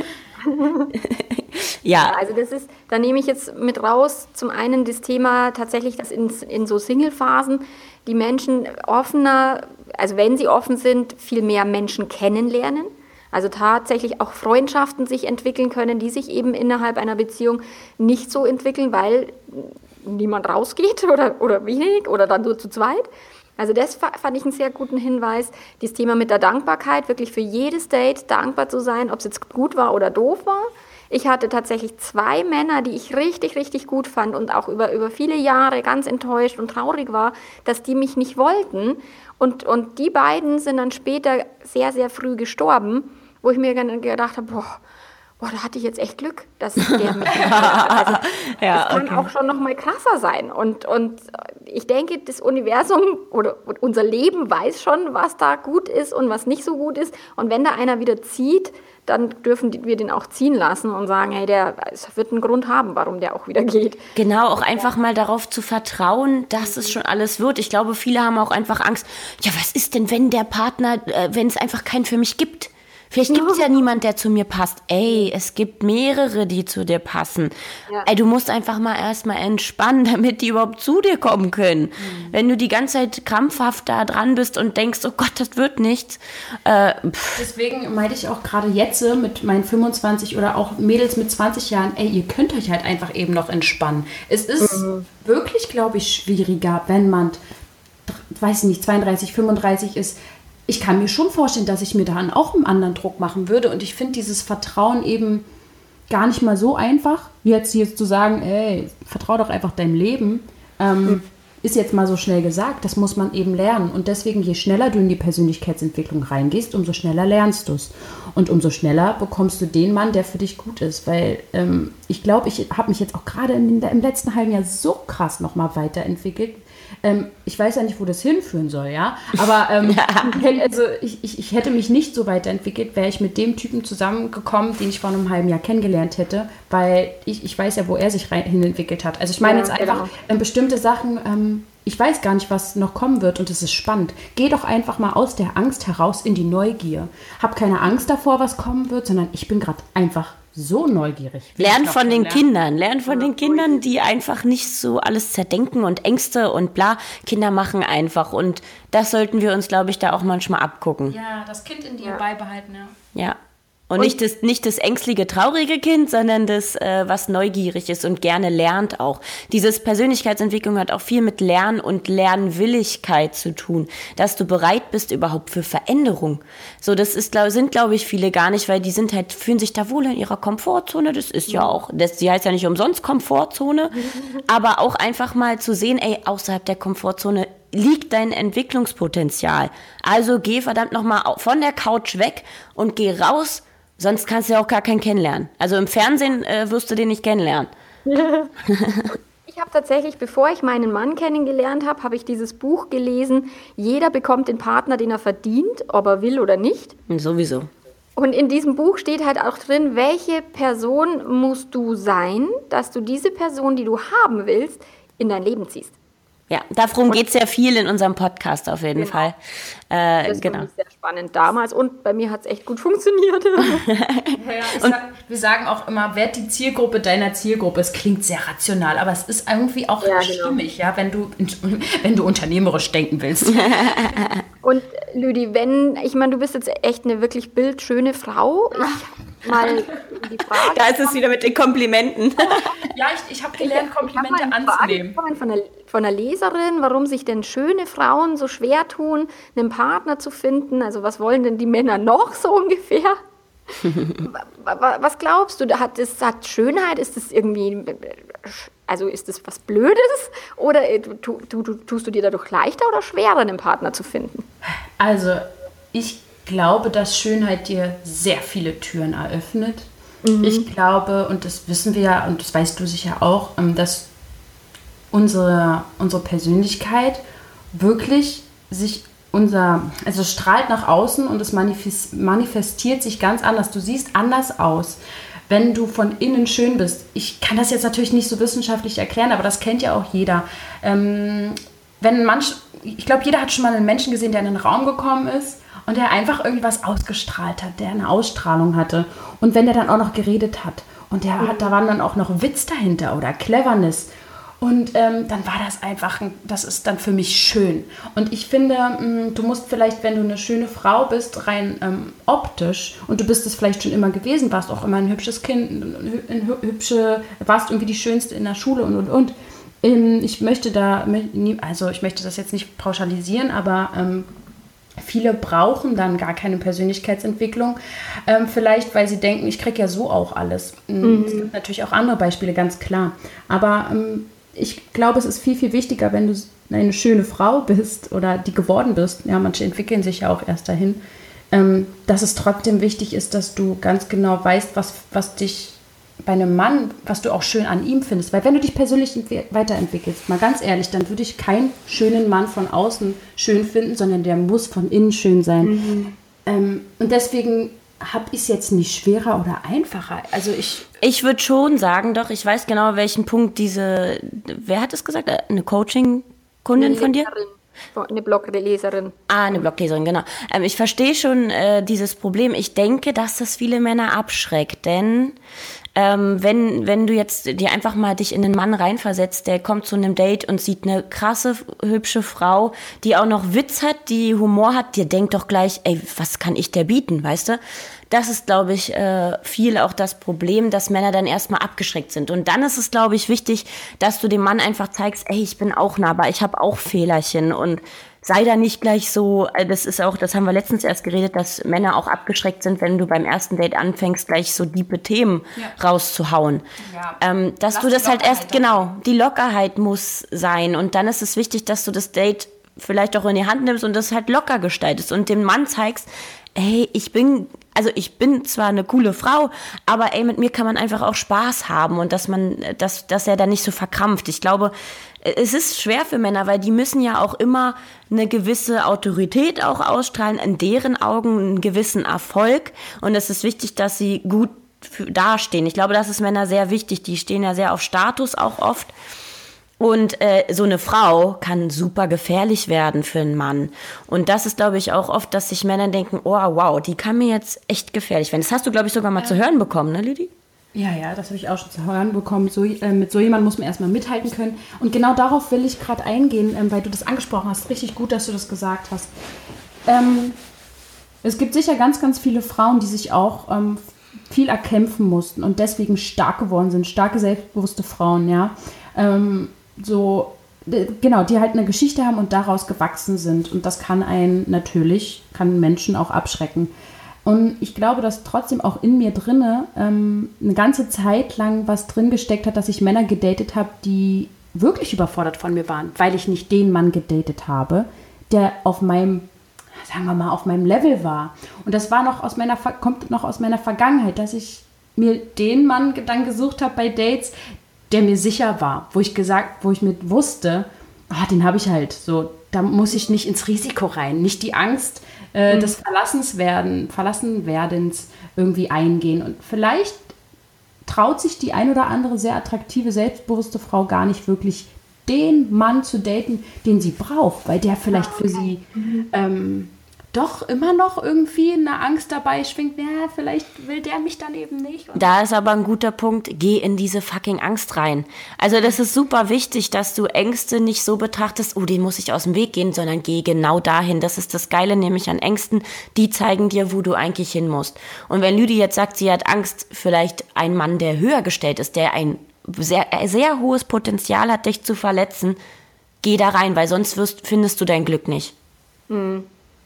Ja. Also das ist, da nehme ich jetzt mit raus, zum einen das Thema tatsächlich, dass in, in so Single-Phasen die Menschen offener, also wenn sie offen sind, viel mehr Menschen kennenlernen. Also tatsächlich auch Freundschaften sich entwickeln können, die sich eben innerhalb einer Beziehung nicht so entwickeln, weil niemand rausgeht oder, oder wenig oder dann nur zu zweit. Also das fand ich einen sehr guten Hinweis. Das Thema mit der Dankbarkeit, wirklich für jedes Date dankbar zu sein, ob es jetzt gut war oder doof war. Ich hatte tatsächlich zwei Männer, die ich richtig, richtig gut fand und auch über, über viele Jahre ganz enttäuscht und traurig war, dass die mich nicht wollten. Und, und die beiden sind dann später sehr, sehr früh gestorben, wo ich mir gedacht habe, boah, boah, da hatte ich jetzt echt Glück, dass der mich also, ja, das kann okay. auch schon noch mal krasser sein. Und, und ich denke, das Universum oder unser Leben weiß schon, was da gut ist und was nicht so gut ist. Und wenn da einer wieder zieht, dann dürfen wir den auch ziehen lassen und sagen, hey, der, es wird einen Grund haben, warum der auch wieder geht. Genau, auch einfach mal darauf zu vertrauen, dass es schon alles wird. Ich glaube, viele haben auch einfach Angst, ja, was ist denn, wenn der Partner, äh, wenn es einfach keinen für mich gibt? Vielleicht gibt es ja niemand, der zu mir passt. Ey, es gibt mehrere, die zu dir passen. Ja. Ey, du musst einfach mal erstmal entspannen, damit die überhaupt zu dir kommen können. Mhm. Wenn du die ganze Zeit krampfhaft da dran bist und denkst, oh Gott, das wird nichts. Äh, Deswegen meinte ich auch gerade jetzt mit meinen fünfundzwanzig oder auch Mädels mit zwanzig Jahren, ey, ihr könnt euch halt einfach eben noch entspannen. Es ist mhm. wirklich, glaube ich, schwieriger, wenn man, weiß nicht, zweiunddreißig, fünfunddreißig ist. Ich kann mir schon vorstellen, dass ich mir dann auch einen anderen Druck machen würde. Und ich finde dieses Vertrauen eben gar nicht mal so einfach, wie jetzt hier zu sagen, ey, vertrau doch einfach deinem Leben, ähm, mhm. ist jetzt mal so schnell gesagt. Das muss man eben lernen. Und deswegen, je schneller du in die Persönlichkeitsentwicklung reingehst, umso schneller lernst du es. Und umso schneller bekommst du den Mann, der für dich gut ist. Weil ähm, ich glaube, ich habe mich jetzt auch gerade im letzten halben Jahr so krass nochmal weiterentwickelt. Ähm, ich weiß ja nicht, wo das hinführen soll, ja, aber ähm, also ich, ich, ich hätte mich nicht so weiterentwickelt, wäre ich mit dem Typen zusammengekommen, den ich vor einem halben Jahr kennengelernt hätte, weil ich, ich weiß ja, wo er sich rein, hin entwickelt hat. Also ich meine ja, jetzt einfach genau. ähm, bestimmte Sachen, ähm, ich weiß gar nicht, was noch kommen wird und es ist spannend. Geh doch einfach mal aus der Angst heraus in die Neugier. Hab keine Angst davor, was kommen wird, sondern ich bin gerade einfach so neugierig. Lern von den lernen. Kindern. Lern von ja, den Kindern, die einfach nicht so alles zerdenken und Ängste und bla. Kinder machen einfach. Und das sollten wir uns, glaube ich, da auch manchmal abgucken. Ja, das Kind in dir ja. beibehalten, ja. Ja. Und, und nicht das, nicht das ängstliche, traurige Kind, sondern das, äh, was neugierig ist und gerne lernt auch. Dieses Persönlichkeitsentwicklung hat auch viel mit Lern- und Lernwilligkeit zu tun, dass du bereit bist überhaupt für Veränderung. So, das ist, glaub, sind, glaube ich, viele gar nicht, weil die sind halt, fühlen sich da wohl in ihrer Komfortzone. Das ist ja auch, das, die heißt ja nicht umsonst Komfortzone, aber auch einfach mal zu sehen, ey, außerhalb der Komfortzone liegt dein Entwicklungspotenzial. Also geh verdammt nochmal von der Couch weg und geh raus. Sonst kannst du ja auch gar keinen kennenlernen. Also im Fernsehen äh, wirst du den nicht kennenlernen. Ich habe tatsächlich, bevor ich meinen Mann kennengelernt habe, habe ich dieses Buch gelesen. Jeder bekommt den Partner, den er verdient, ob er will oder nicht. Sowieso. Und in diesem Buch steht halt auch drin, welche Person musst du sein, dass du diese Person, die du haben willst, in dein Leben ziehst. Ja, darum geht es ja viel in unserem Podcast auf jeden genau. Fall. Äh, das genau. fand ich sehr spannend damals und bei mir hat es echt gut funktioniert. ja, ja, und sag, wir sagen auch immer, werd die Zielgruppe deiner Zielgruppe. Es klingt sehr rational, aber es ist irgendwie auch ja, stimmig, genau. ja, wenn du, wenn du unternehmerisch denken willst. Und Lüdi, wenn, ich meine, du bist jetzt echt eine wirklich bildschöne Frau. Ich mal die Frage. Da ist es wieder mit den Komplimenten. Ja, ich, ich habe gelernt, Komplimente ich hab anzunehmen. Von einer, von einer Leserin, warum sich denn schöne Frauen so schwer tun, einen Partner zu finden. Also was wollen denn die Männer noch so ungefähr? Was glaubst du? Hat, das, hat Schönheit, ist das irgendwie, also ist das was Blödes? Oder tu, tu, tu, tust du dir dadurch leichter oder schwerer, einen Partner zu finden? Also ich glaube, dass Schönheit dir sehr viele Türen eröffnet. Mhm. Ich glaube, und das wissen wir ja, und das weißt du sicher auch, dass unsere, unsere Persönlichkeit wirklich sich unser, also strahlt nach außen und es manifestiert sich ganz anders. Du siehst anders aus, wenn du von innen schön bist. Ich kann das jetzt natürlich nicht so wissenschaftlich erklären, aber das kennt ja auch jeder. Ähm, wenn manch, ich glaube, jeder hat schon mal einen Menschen gesehen, der in einen Raum gekommen ist und der einfach irgendwas ausgestrahlt hat, der eine Ausstrahlung hatte. Und wenn der dann auch noch geredet hat und der hat, da waren dann auch noch Witz dahinter oder Cleverness. Und ähm, dann war das einfach, das ist dann für mich schön. Und ich finde, mh, du musst vielleicht, wenn du eine schöne Frau bist, rein ähm, optisch, und du bist es vielleicht schon immer gewesen, warst auch immer ein hübsches Kind, ein hübsche, warst irgendwie die Schönste in der Schule und, und, und. Ähm, ich möchte da, also ich möchte das jetzt nicht pauschalisieren, aber ähm, viele brauchen dann gar keine Persönlichkeitsentwicklung, ähm, vielleicht, weil sie denken, ich kriege ja so auch alles. Mhm. Es gibt natürlich auch andere Beispiele, ganz klar. Aber ähm, ich glaube, es ist viel, viel wichtiger, wenn du eine schöne Frau bist oder die geworden bist, ja, manche entwickeln sich ja auch erst dahin, ähm, dass es trotzdem wichtig ist, dass du ganz genau weißt, was, was dich bei einem Mann, was du auch schön an ihm findest. Weil wenn du dich persönlich weiterentwickelst, mal ganz ehrlich, dann würde ich keinen schönen Mann von außen schön finden, sondern der muss von innen schön sein. Mhm. Ähm, und deswegen habe ich es jetzt nicht schwerer oder einfacher. Also ich... Ich würde schon sagen, doch, ich weiß genau, welchen Punkt diese... Wer hat es gesagt? Eine Coaching-Kundin von dir? Eine Blogleserin. Ah, eine Blogleserin, genau. Ähm, ich verstehe schon äh, dieses Problem. Ich denke, dass das viele Männer abschreckt, denn ähm, wenn, wenn du jetzt dir einfach mal dich in einen Mann reinversetzt, der kommt zu einem Date und sieht eine krasse, hübsche Frau, die auch noch Witz hat, die Humor hat, dir denkt doch gleich, ey, was kann ich der bieten, weißt du? Das ist, glaube ich, äh, viel auch das Problem, dass Männer dann erstmal abgeschreckt sind. Und dann ist es, glaube ich, wichtig, dass du dem Mann einfach zeigst, ey, ich bin auch nahbar, ich habe auch Fehlerchen und sei da nicht gleich so, das ist auch, das haben wir letztens erst geredet, dass Männer auch abgeschreckt sind, wenn du beim ersten Date anfängst, gleich so diepe Themen ja. rauszuhauen. Ja. Ähm, dass Lass du das halt erst, genau, die Lockerheit muss sein. Und dann ist es wichtig, dass du das Date vielleicht auch in die Hand nimmst und das halt locker gestaltest und dem Mann zeigst, hey, ich bin, also ich bin zwar eine coole Frau, aber ey, mit mir kann man einfach auch Spaß haben und dass man, dass, dass er da nicht so verkrampft. Ich glaube, es ist schwer für Männer, weil die müssen ja auch immer eine gewisse Autorität auch ausstrahlen, in deren Augen einen gewissen Erfolg. Und es ist wichtig, dass sie gut dastehen. Ich glaube, das ist Männer sehr wichtig. Die stehen ja sehr auf Status auch oft. Und äh, so eine Frau kann super gefährlich werden für einen Mann. Und das ist, glaube ich, auch oft, dass sich Männer denken, oh, wow, die kann mir jetzt echt gefährlich werden. Das hast du, glaube ich, sogar mal ja. zu hören bekommen, ne, Lüdi? Ja, ja, das habe ich auch schon zu hören bekommen. So, äh, mit so jemandem muss man erstmal mithalten können. Und genau darauf will ich gerade eingehen, ähm, weil du das angesprochen hast. Richtig gut, dass du das gesagt hast. Ähm, es gibt sicher ganz, ganz viele Frauen, die sich auch ähm, viel erkämpfen mussten und deswegen stark geworden sind. Starke, selbstbewusste Frauen, ja. Ähm, so, genau, die halt eine Geschichte haben und daraus gewachsen sind. Und das kann einen natürlich, kann Menschen auch abschrecken. Und ich glaube, dass trotzdem auch in mir drinne ähm, eine ganze Zeit lang was drin gesteckt hat, dass ich Männer gedatet habe, die wirklich überfordert von mir waren, weil ich nicht den Mann gedatet habe, der auf meinem, sagen wir mal, auf meinem Level war. Und das war noch aus meiner, kommt noch aus meiner Vergangenheit, dass ich mir den Mann dann gesucht habe bei Dates, der mir sicher war, wo ich gesagt, wo ich mit wusste, ah, den habe ich halt so, da muss ich nicht ins Risiko rein, nicht die Angst äh, mhm. des Verlassenswerden, Verlassenwerdens irgendwie eingehen. Und vielleicht traut sich die ein oder andere sehr attraktive, selbstbewusste Frau gar nicht wirklich den Mann zu daten, den sie braucht, weil der vielleicht für sie mhm. ähm, doch immer noch irgendwie eine Angst dabei schwingt, ja, vielleicht will der mich dann eben nicht. Da ist aber ein guter Punkt, geh in diese fucking Angst rein. Also das ist super wichtig, dass du Ängste nicht so betrachtest, oh, den muss ich aus dem Weg gehen, sondern geh genau dahin. Das ist das Geile nämlich an Ängsten, die zeigen dir, wo du eigentlich hin musst. Und wenn Lüdi jetzt sagt, sie hat Angst, vielleicht ein Mann, der höher gestellt ist, der ein sehr, sehr hohes Potenzial hat, dich zu verletzen, geh da rein, weil sonst wirst, findest du dein Glück nicht. Mhm.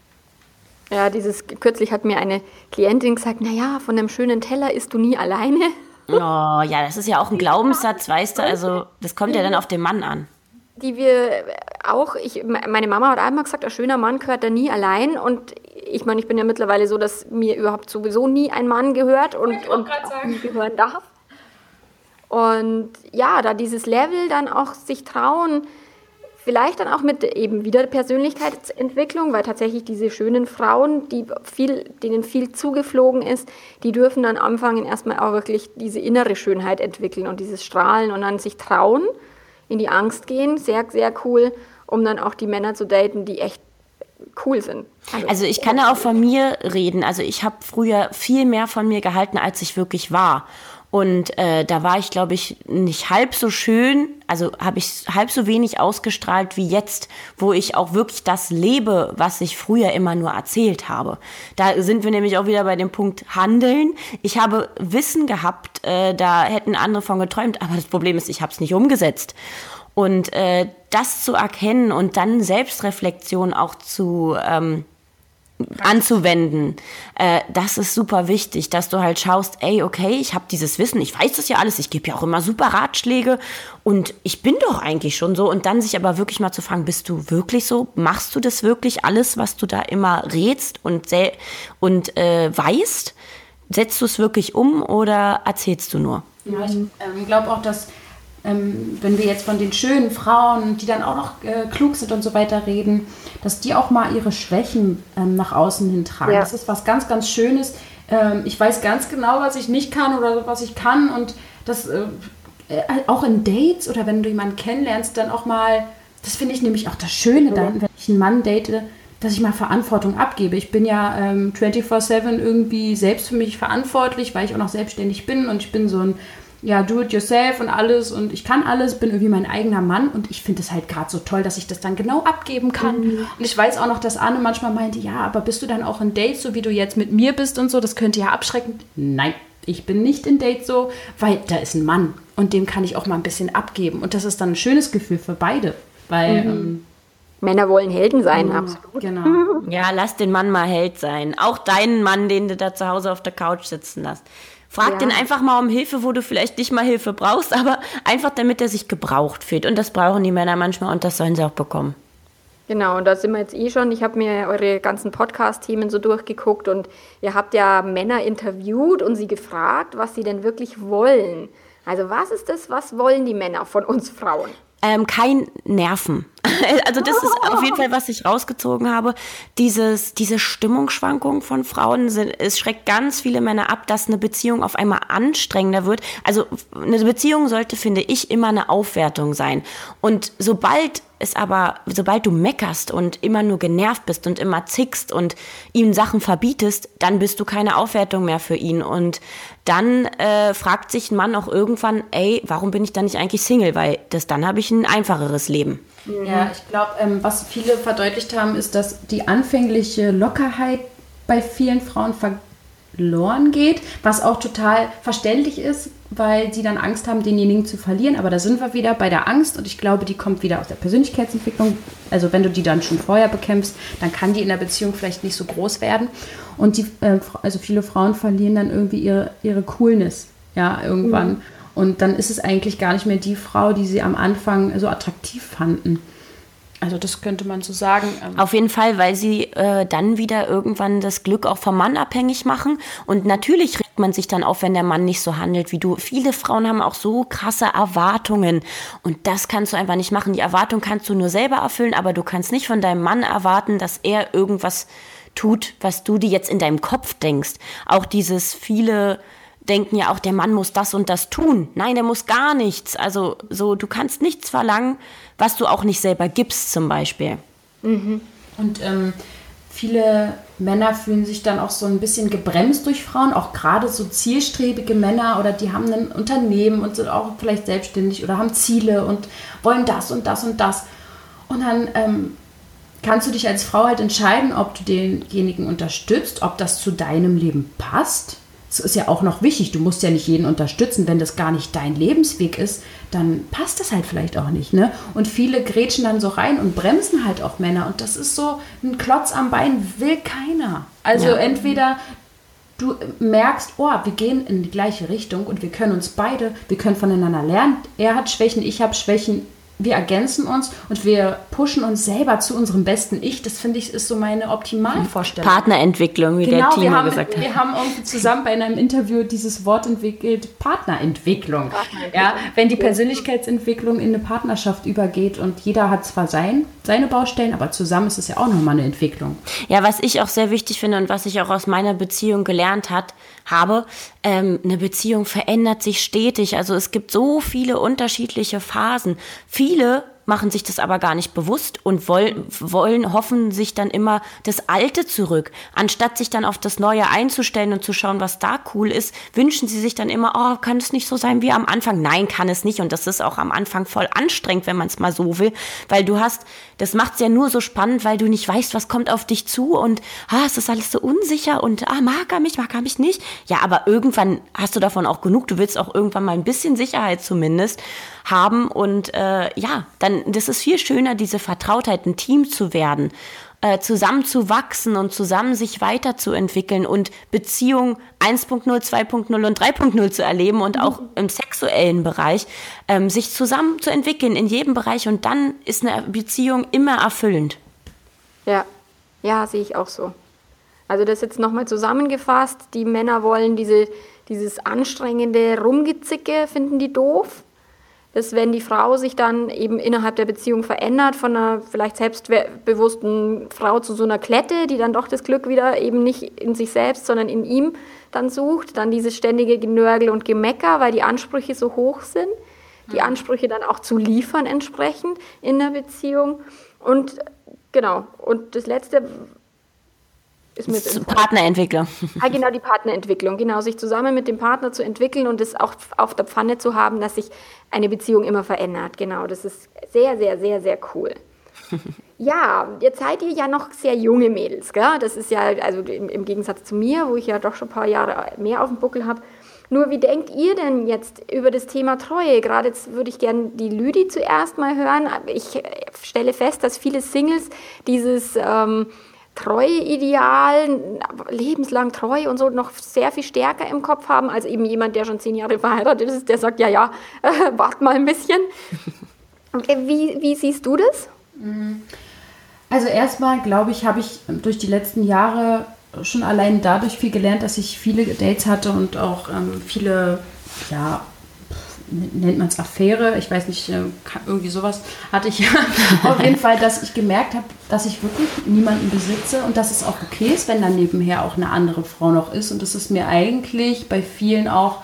Ja, dieses, kürzlich hat mir eine Klientin gesagt, naja, von einem schönen Teller isst du nie alleine. Oh, ja, das ist ja auch ein Glaubenssatz, weißt du, also das kommt ja dann auf den Mann an. Die wir auch, ich, meine Mama hat einmal gesagt, ein schöner Mann gehört da nie allein und ich meine, ich bin ja mittlerweile so, dass mir überhaupt sowieso nie ein Mann gehört und, und auch nie gehören darf. Und ja, da dieses Level dann auch sich trauen, vielleicht dann auch mit eben wieder Persönlichkeitsentwicklung, weil tatsächlich diese schönen Frauen, die viel, denen viel zugeflogen ist, die dürfen dann anfangen, erstmal auch wirklich diese innere Schönheit entwickeln und dieses Strahlen und dann sich trauen, in die Angst gehen, sehr, sehr cool, um dann auch die Männer zu daten, die echt cool sind. Also, also ich kann ja auch von mir reden, also ich habe früher viel mehr von mir gehalten, als ich wirklich war. Und äh, da war ich, glaube ich, nicht halb so schön, also habe ich halb so wenig ausgestrahlt wie jetzt, wo ich auch wirklich das lebe, was ich früher immer nur erzählt habe. Da sind wir nämlich auch wieder bei dem Punkt Handeln. Ich habe Wissen gehabt, äh, da hätten andere von geträumt, aber das Problem ist, ich habe es nicht umgesetzt. Und äh, das zu erkennen und dann Selbstreflexion auch zu ähm, anzuwenden. Äh, das ist super wichtig, dass du halt schaust, ey, okay, ich habe dieses Wissen, ich weiß das ja alles, ich gebe ja auch immer super Ratschläge und ich bin doch eigentlich schon so. Und dann sich aber wirklich mal zu fragen, bist du wirklich so? Machst du das wirklich alles, was du da immer rätst und, sel- und äh, weißt? Setzt du es wirklich um oder erzählst du nur? Ja, ich ähm, glaube auch, dass ähm, wenn wir jetzt von den schönen Frauen, die dann auch noch äh, klug sind und so weiter reden, dass die auch mal ihre Schwächen ähm, nach außen hin tragen. Ja. Das ist was ganz, ganz Schönes. Ähm, ich weiß ganz genau, was ich nicht kann oder was ich kann und das äh, äh, auch in Dates oder wenn du jemanden kennenlernst, dann auch mal, das finde ich nämlich auch das Schöne dann, wenn ich einen Mann date, dass ich mal Verantwortung abgebe. Ich bin ja ähm, vierundzwanzig sieben irgendwie selbst für mich verantwortlich, weil ich auch noch selbstständig bin und ich bin so ein ja, do-it-yourself und alles und ich kann alles, bin irgendwie mein eigener Mann und ich finde es halt gerade so toll, dass ich das dann genau abgeben kann. Mhm. Und ich weiß auch noch, dass Anne manchmal meinte, ja, aber bist du dann auch in Dates, so wie du jetzt mit mir bist und so, das könnte ja abschrecken. Nein, ich bin nicht in Dates so, weil da ist ein Mann und dem kann ich auch mal ein bisschen abgeben und das ist dann ein schönes Gefühl für beide, weil... Mhm. Ähm, Männer wollen Helden sein, ja, absolut. Genau. Ja, lass den Mann mal Held sein. Auch deinen Mann, den du da zu Hause auf der Couch sitzen lässt. Frag ja. den einfach mal um Hilfe, wo du vielleicht nicht mal Hilfe brauchst, aber einfach damit er sich gebraucht fühlt. Und das brauchen die Männer manchmal und das sollen sie auch bekommen. Genau, und da sind wir jetzt eh schon. Ich habe mir eure ganzen Podcast-Themen so durchgeguckt und ihr habt ja Männer interviewt und sie gefragt, was sie denn wirklich wollen. Also was ist das, was wollen die Männer von uns Frauen? Ähm, kein Nerven. Also das ist auf jeden Fall, was ich rausgezogen habe. Dieses, diese Stimmungsschwankungen von Frauen, sind, es schreckt ganz viele Männer ab, dass eine Beziehung auf einmal anstrengender wird. Also eine Beziehung sollte, finde ich, immer eine Aufwertung sein. Und sobald es aber, sobald du meckerst und immer nur genervt bist und immer zickst und ihm Sachen verbietest, dann bist du keine Aufwertung mehr für ihn. Und dann äh, fragt sich ein Mann auch irgendwann, ey, warum bin ich dann nicht eigentlich Single? Weil das, dann habe ich ein einfacheres Leben. Ja, ich glaube, ähm, was viele verdeutlicht haben, ist, dass die anfängliche Lockerheit bei vielen Frauen verloren geht, was auch total verständlich ist, weil sie dann Angst haben, denjenigen zu verlieren. Aber da sind wir wieder bei der Angst und ich glaube, die kommt wieder aus der Persönlichkeitsentwicklung. Also wenn du die dann schon vorher bekämpfst, dann kann die in der Beziehung vielleicht nicht so groß werden. Und die, äh, also viele Frauen verlieren dann irgendwie ihre, ihre Coolness, ja, irgendwann. Mhm. Und dann ist es eigentlich gar nicht mehr die Frau, die sie am Anfang so attraktiv fanden. Also das könnte man so sagen. Auf jeden Fall, weil sie äh, dann wieder irgendwann das Glück auch vom Mann abhängig machen. Und natürlich regt man sich dann auf, wenn der Mann nicht so handelt wie du. Viele Frauen haben auch so krasse Erwartungen. Und das kannst du einfach nicht machen. Die Erwartung kannst du nur selber erfüllen, aber du kannst nicht von deinem Mann erwarten, dass er irgendwas tut, was du dir jetzt in deinem Kopf denkst. Auch dieses viele... denken ja auch, der Mann muss das und das tun. Nein, der muss gar nichts. Also so, du kannst nichts verlangen, was du auch nicht selber gibst zum Beispiel. Mhm. Und ähm, viele Männer fühlen sich dann auch so ein bisschen gebremst durch Frauen, auch gerade so zielstrebige Männer oder die haben ein Unternehmen und sind auch vielleicht selbstständig oder haben Ziele und wollen das und das und das. Und dann ähm, kannst du dich als Frau halt entscheiden, ob du denjenigen unterstützt, ob das zu deinem Leben passt. Das ist ja auch noch wichtig, du musst ja nicht jeden unterstützen, wenn das gar nicht dein Lebensweg ist, dann passt das halt vielleicht auch nicht, ne? Und viele grätschen dann so rein und bremsen halt auch Männer und das ist so ein Klotz am Bein, will keiner. Also ja. Entweder du merkst, oh, wir gehen in die gleiche Richtung und wir können uns beide, wir können voneinander lernen, er hat Schwächen, ich habe Schwächen, wir ergänzen uns und wir pushen uns selber zu unserem besten Ich. Das finde ich ist so meine Optimalvorstellung. Partnerentwicklung, wie genau, der Timo wir haben, gesagt hat. Wir haben irgendwie zusammen bei einem Interview dieses Wort entwickelt, Partnerentwicklung. Partnerentwicklung. Ja, wenn die Persönlichkeitsentwicklung in eine Partnerschaft übergeht und jeder hat zwar sein, seine Baustellen, aber zusammen ist es ja auch nochmal eine Entwicklung. Ja, was ich auch sehr wichtig finde und was ich auch aus meiner Beziehung gelernt hat, habe, ähm, eine Beziehung verändert sich stetig. Also es gibt so viele unterschiedliche Phasen. Viele machen sich das aber gar nicht bewusst und wollen, wollen, hoffen sich dann immer das Alte zurück. Anstatt sich dann auf das Neue einzustellen und zu schauen, was da cool ist, wünschen sie sich dann immer, oh, kann es nicht so sein wie am Anfang? Nein, kann es nicht. Und das ist auch am Anfang voll anstrengend, wenn man es mal so will, weil du hast, das macht es ja nur so spannend, weil du nicht weißt, was kommt auf dich zu und ah, es ist alles so unsicher und ah, mag er mich, mag er mich nicht? Ja, aber irgendwann hast du davon auch genug. Du willst auch irgendwann mal ein bisschen Sicherheit zumindest haben und äh, ja, dann, das ist viel schöner, diese Vertrautheit, ein Team zu werden. äh, zusammen zu wachsen und zusammen sich weiterzuentwickeln und Beziehung eins Punkt null, zwei Punkt null und drei Punkt null zu erleben und auch im sexuellen Bereich, ähm, sich zusammen zu entwickeln in jedem Bereich und dann ist eine Beziehung immer erfüllend. Ja, ja, sehe ich auch so. Also das jetzt nochmal zusammengefasst, die Männer wollen diese, dieses anstrengende Rumgezicke, finden die doof. Dass wenn die Frau sich dann eben innerhalb der Beziehung verändert, von einer vielleicht selbstbewussten Frau zu so einer Klette, die dann doch das Glück wieder eben nicht in sich selbst, sondern in ihm dann sucht, dann dieses ständige Genörgel und Gemecker, weil die Ansprüche so hoch sind, die Ansprüche dann auch zu liefern entsprechend in der Beziehung. Und genau, und das Letzte ist mit Partnerentwicklung. Ah, genau, die Partnerentwicklung. Genau, sich zusammen mit dem Partner zu entwickeln und es auch auf der Pfanne zu haben, dass sich eine Beziehung immer verändert. Genau, das ist sehr, sehr, sehr, sehr cool. Ja, jetzt seid ihr ja noch sehr junge Mädels, gell? Das ist ja, also im, im Gegensatz zu mir, wo ich ja doch schon ein paar Jahre mehr auf dem Buckel habe. Nur wie denkt ihr denn jetzt über das Thema Treue? Gerade jetzt würde ich gerne die Lüdi zuerst mal hören. Ich stelle fest, dass viele Singles dieses ähm, Treue-Ideal, lebenslang treu und so noch sehr viel stärker im Kopf haben, als eben jemand, der schon zehn Jahre verheiratet ist, der sagt, ja, ja, äh, wart mal ein bisschen. Wie, wie siehst du das? Also erstmal, glaube ich, habe ich durch die letzten Jahre schon allein dadurch viel gelernt, dass ich viele Dates hatte und auch ähm, viele, ja, nennt man es Affäre, ich weiß nicht, irgendwie sowas hatte ich auf jeden Fall, dass ich gemerkt habe, dass ich wirklich niemanden besitze und dass es auch okay ist, wenn dann nebenher auch eine andere Frau noch ist und das ist mir eigentlich bei vielen auch,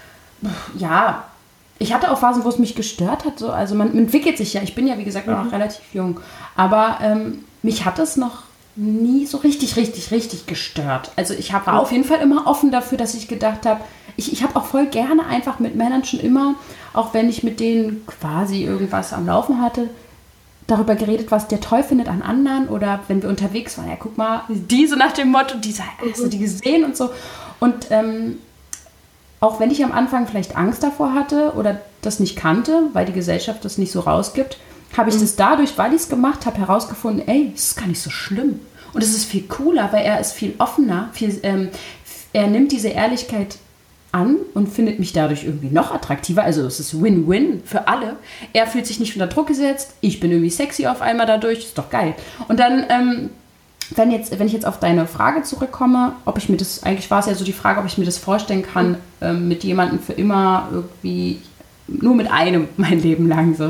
ja, ich hatte auch Phasen, wo es mich gestört hat, so, also man entwickelt sich ja, ich bin ja wie gesagt noch mhm. relativ jung, aber ähm, mich hat es noch nie so richtig, richtig, richtig gestört. Also ich hab, war auf jeden Fall immer offen dafür, dass ich gedacht habe, ich, ich habe auch voll gerne einfach mit Männern schon immer, auch wenn ich mit denen quasi irgendwas am Laufen hatte, darüber geredet, was der toll findet an anderen oder wenn wir unterwegs waren, ja guck mal, die so nach dem Motto, die, hast du die gesehen und so. Und ähm, auch wenn ich am Anfang vielleicht Angst davor hatte oder das nicht kannte, weil die Gesellschaft das nicht so rausgibt, habe ich mhm. das dadurch, weil ich es gemacht habe, herausgefunden, ey, das ist gar nicht so schlimm. Und es ist viel cooler, weil er ist viel offener, viel, ähm, er nimmt diese Ehrlichkeit an und findet mich dadurch irgendwie noch attraktiver. Also es ist Win-Win für alle. Er fühlt sich nicht unter Druck gesetzt, ich bin irgendwie sexy auf einmal dadurch, ist doch geil. Und dann, ähm, wenn, jetzt, wenn ich jetzt auf deine Frage zurückkomme, ob ich mir das, eigentlich war es ja so die Frage, ob ich mir das vorstellen kann, mhm. ähm, mit jemandem für immer irgendwie, nur mit einem mein Leben lang so.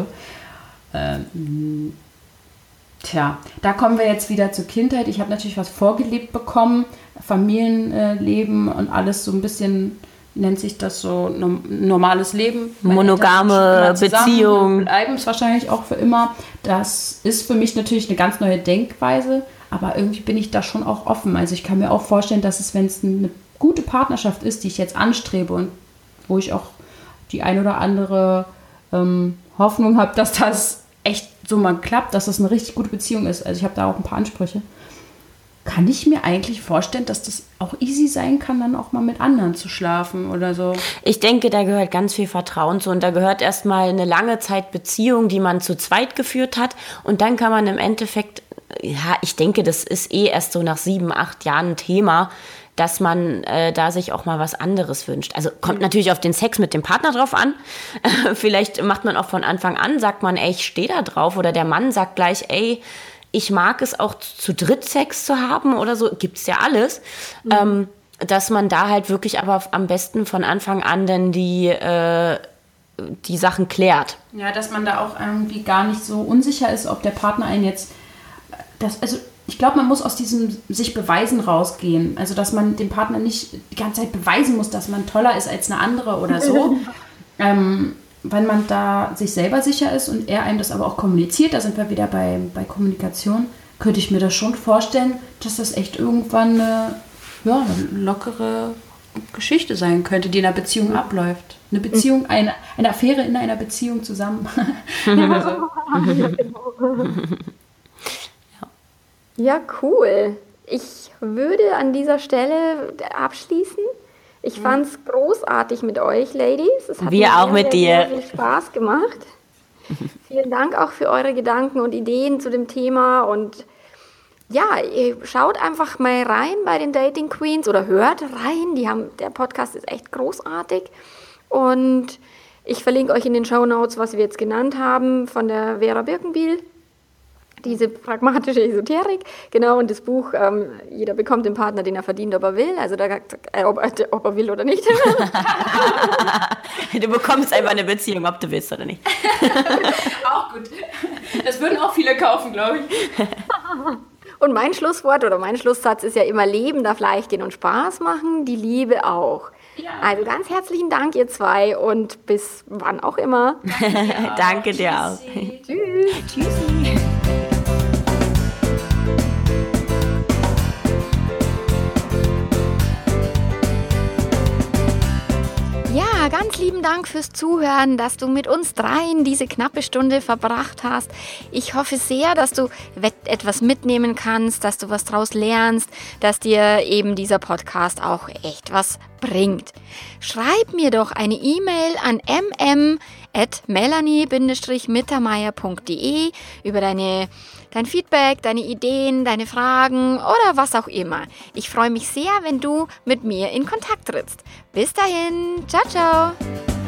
Ähm, tja, da kommen wir jetzt wieder zur Kindheit. Ich habe natürlich was vorgelebt bekommen, Familienleben und alles so ein bisschen, nennt sich das so, normales Leben. Monogame Beziehung. Bleiben es wahrscheinlich auch für immer. Das ist für mich natürlich eine ganz neue Denkweise, aber irgendwie bin ich da schon auch offen. Also ich kann mir auch vorstellen, dass es, wenn es eine gute Partnerschaft ist, die ich jetzt anstrebe und wo ich auch die ein oder andere ähm, Hoffnung habe, dass das echt so mal klappt, dass das eine richtig gute Beziehung ist. Also ich habe da auch ein paar Ansprüche. Kann ich mir eigentlich vorstellen, dass das auch easy sein kann, dann auch mal mit anderen zu schlafen oder so? Ich denke, da gehört ganz viel Vertrauen zu und da gehört erstmal eine lange Zeit Beziehung, die man zu zweit geführt hat und dann kann man im Endeffekt, ja, ich denke, das ist eh erst so nach sieben, acht Jahren ein Thema, dass man äh, da sich auch mal was anderes wünscht. Also kommt natürlich auf den Sex mit dem Partner drauf an. Vielleicht macht man auch von Anfang an, sagt man, ey, ich stehe da drauf. Oder der Mann sagt gleich, ey, ich mag es auch zu dritt Sex zu haben oder so. Gibt's ja alles. Mhm. Ähm, dass man da halt wirklich aber am besten von Anfang an dann die, äh, die Sachen klärt. Ja, dass man da auch irgendwie gar nicht so unsicher ist, ob der Partner einen jetzt... Das, also ich glaube, man muss aus diesem sich beweisen rausgehen. Also, dass man dem Partner nicht die ganze Zeit beweisen muss, dass man toller ist als eine andere oder so. ähm, wenn man da sich selber sicher ist und er einem das aber auch kommuniziert, da sind wir wieder bei, bei Kommunikation, könnte ich mir das schon vorstellen, dass das echt irgendwann eine, ja, eine lockere Geschichte sein könnte, die in einer Beziehung abläuft. Eine Beziehung, eine, eine Affäre in einer Beziehung zusammen. Ja, Ja, cool. Ich würde an dieser Stelle abschließen. Ich fand es großartig mit euch, Ladies. Es hat Wir mir auch sehr, mit sehr, dir. sehr viel Spaß gemacht. Vielen Dank auch für eure Gedanken und Ideen zu dem Thema. Und ja, ihr schaut einfach mal rein bei den Dating Queens oder hört rein. Die haben, der Podcast ist echt großartig. Und ich verlinke euch in den Shownotes, was wir jetzt genannt haben, von der Vera Birkenbiel. Diese pragmatische Esoterik, genau, und das Buch, ähm, jeder bekommt den Partner, den er verdient, ob er will, also da, äh, ob, ob er will oder nicht. Du bekommst einfach eine Beziehung, ob du willst oder nicht. Auch gut. Das würden auch viele kaufen, glaube ich. Und mein Schlusswort oder mein Schlusssatz ist ja immer, Leben darf leicht gehen und Spaß machen, die Liebe auch. Ja. Also ganz herzlichen Dank, ihr zwei, und bis wann auch immer. Ja. Danke dir auch. Tschüss. Tschüssi. Ja, ganz lieben Dank fürs Zuhören, dass du mit uns dreien diese knappe Stunde verbracht hast. Ich hoffe sehr, dass du etwas mitnehmen kannst, dass du was draus lernst, dass dir eben dieser Podcast auch echt was bringt. Schreib mir doch eine E-Mail an m m at melanie mittermeier punkt de über deine, dein Feedback, deine Ideen, deine Fragen oder was auch immer. Ich freue mich sehr, wenn du mit mir in Kontakt trittst. Bis dahin, ciao, ciao!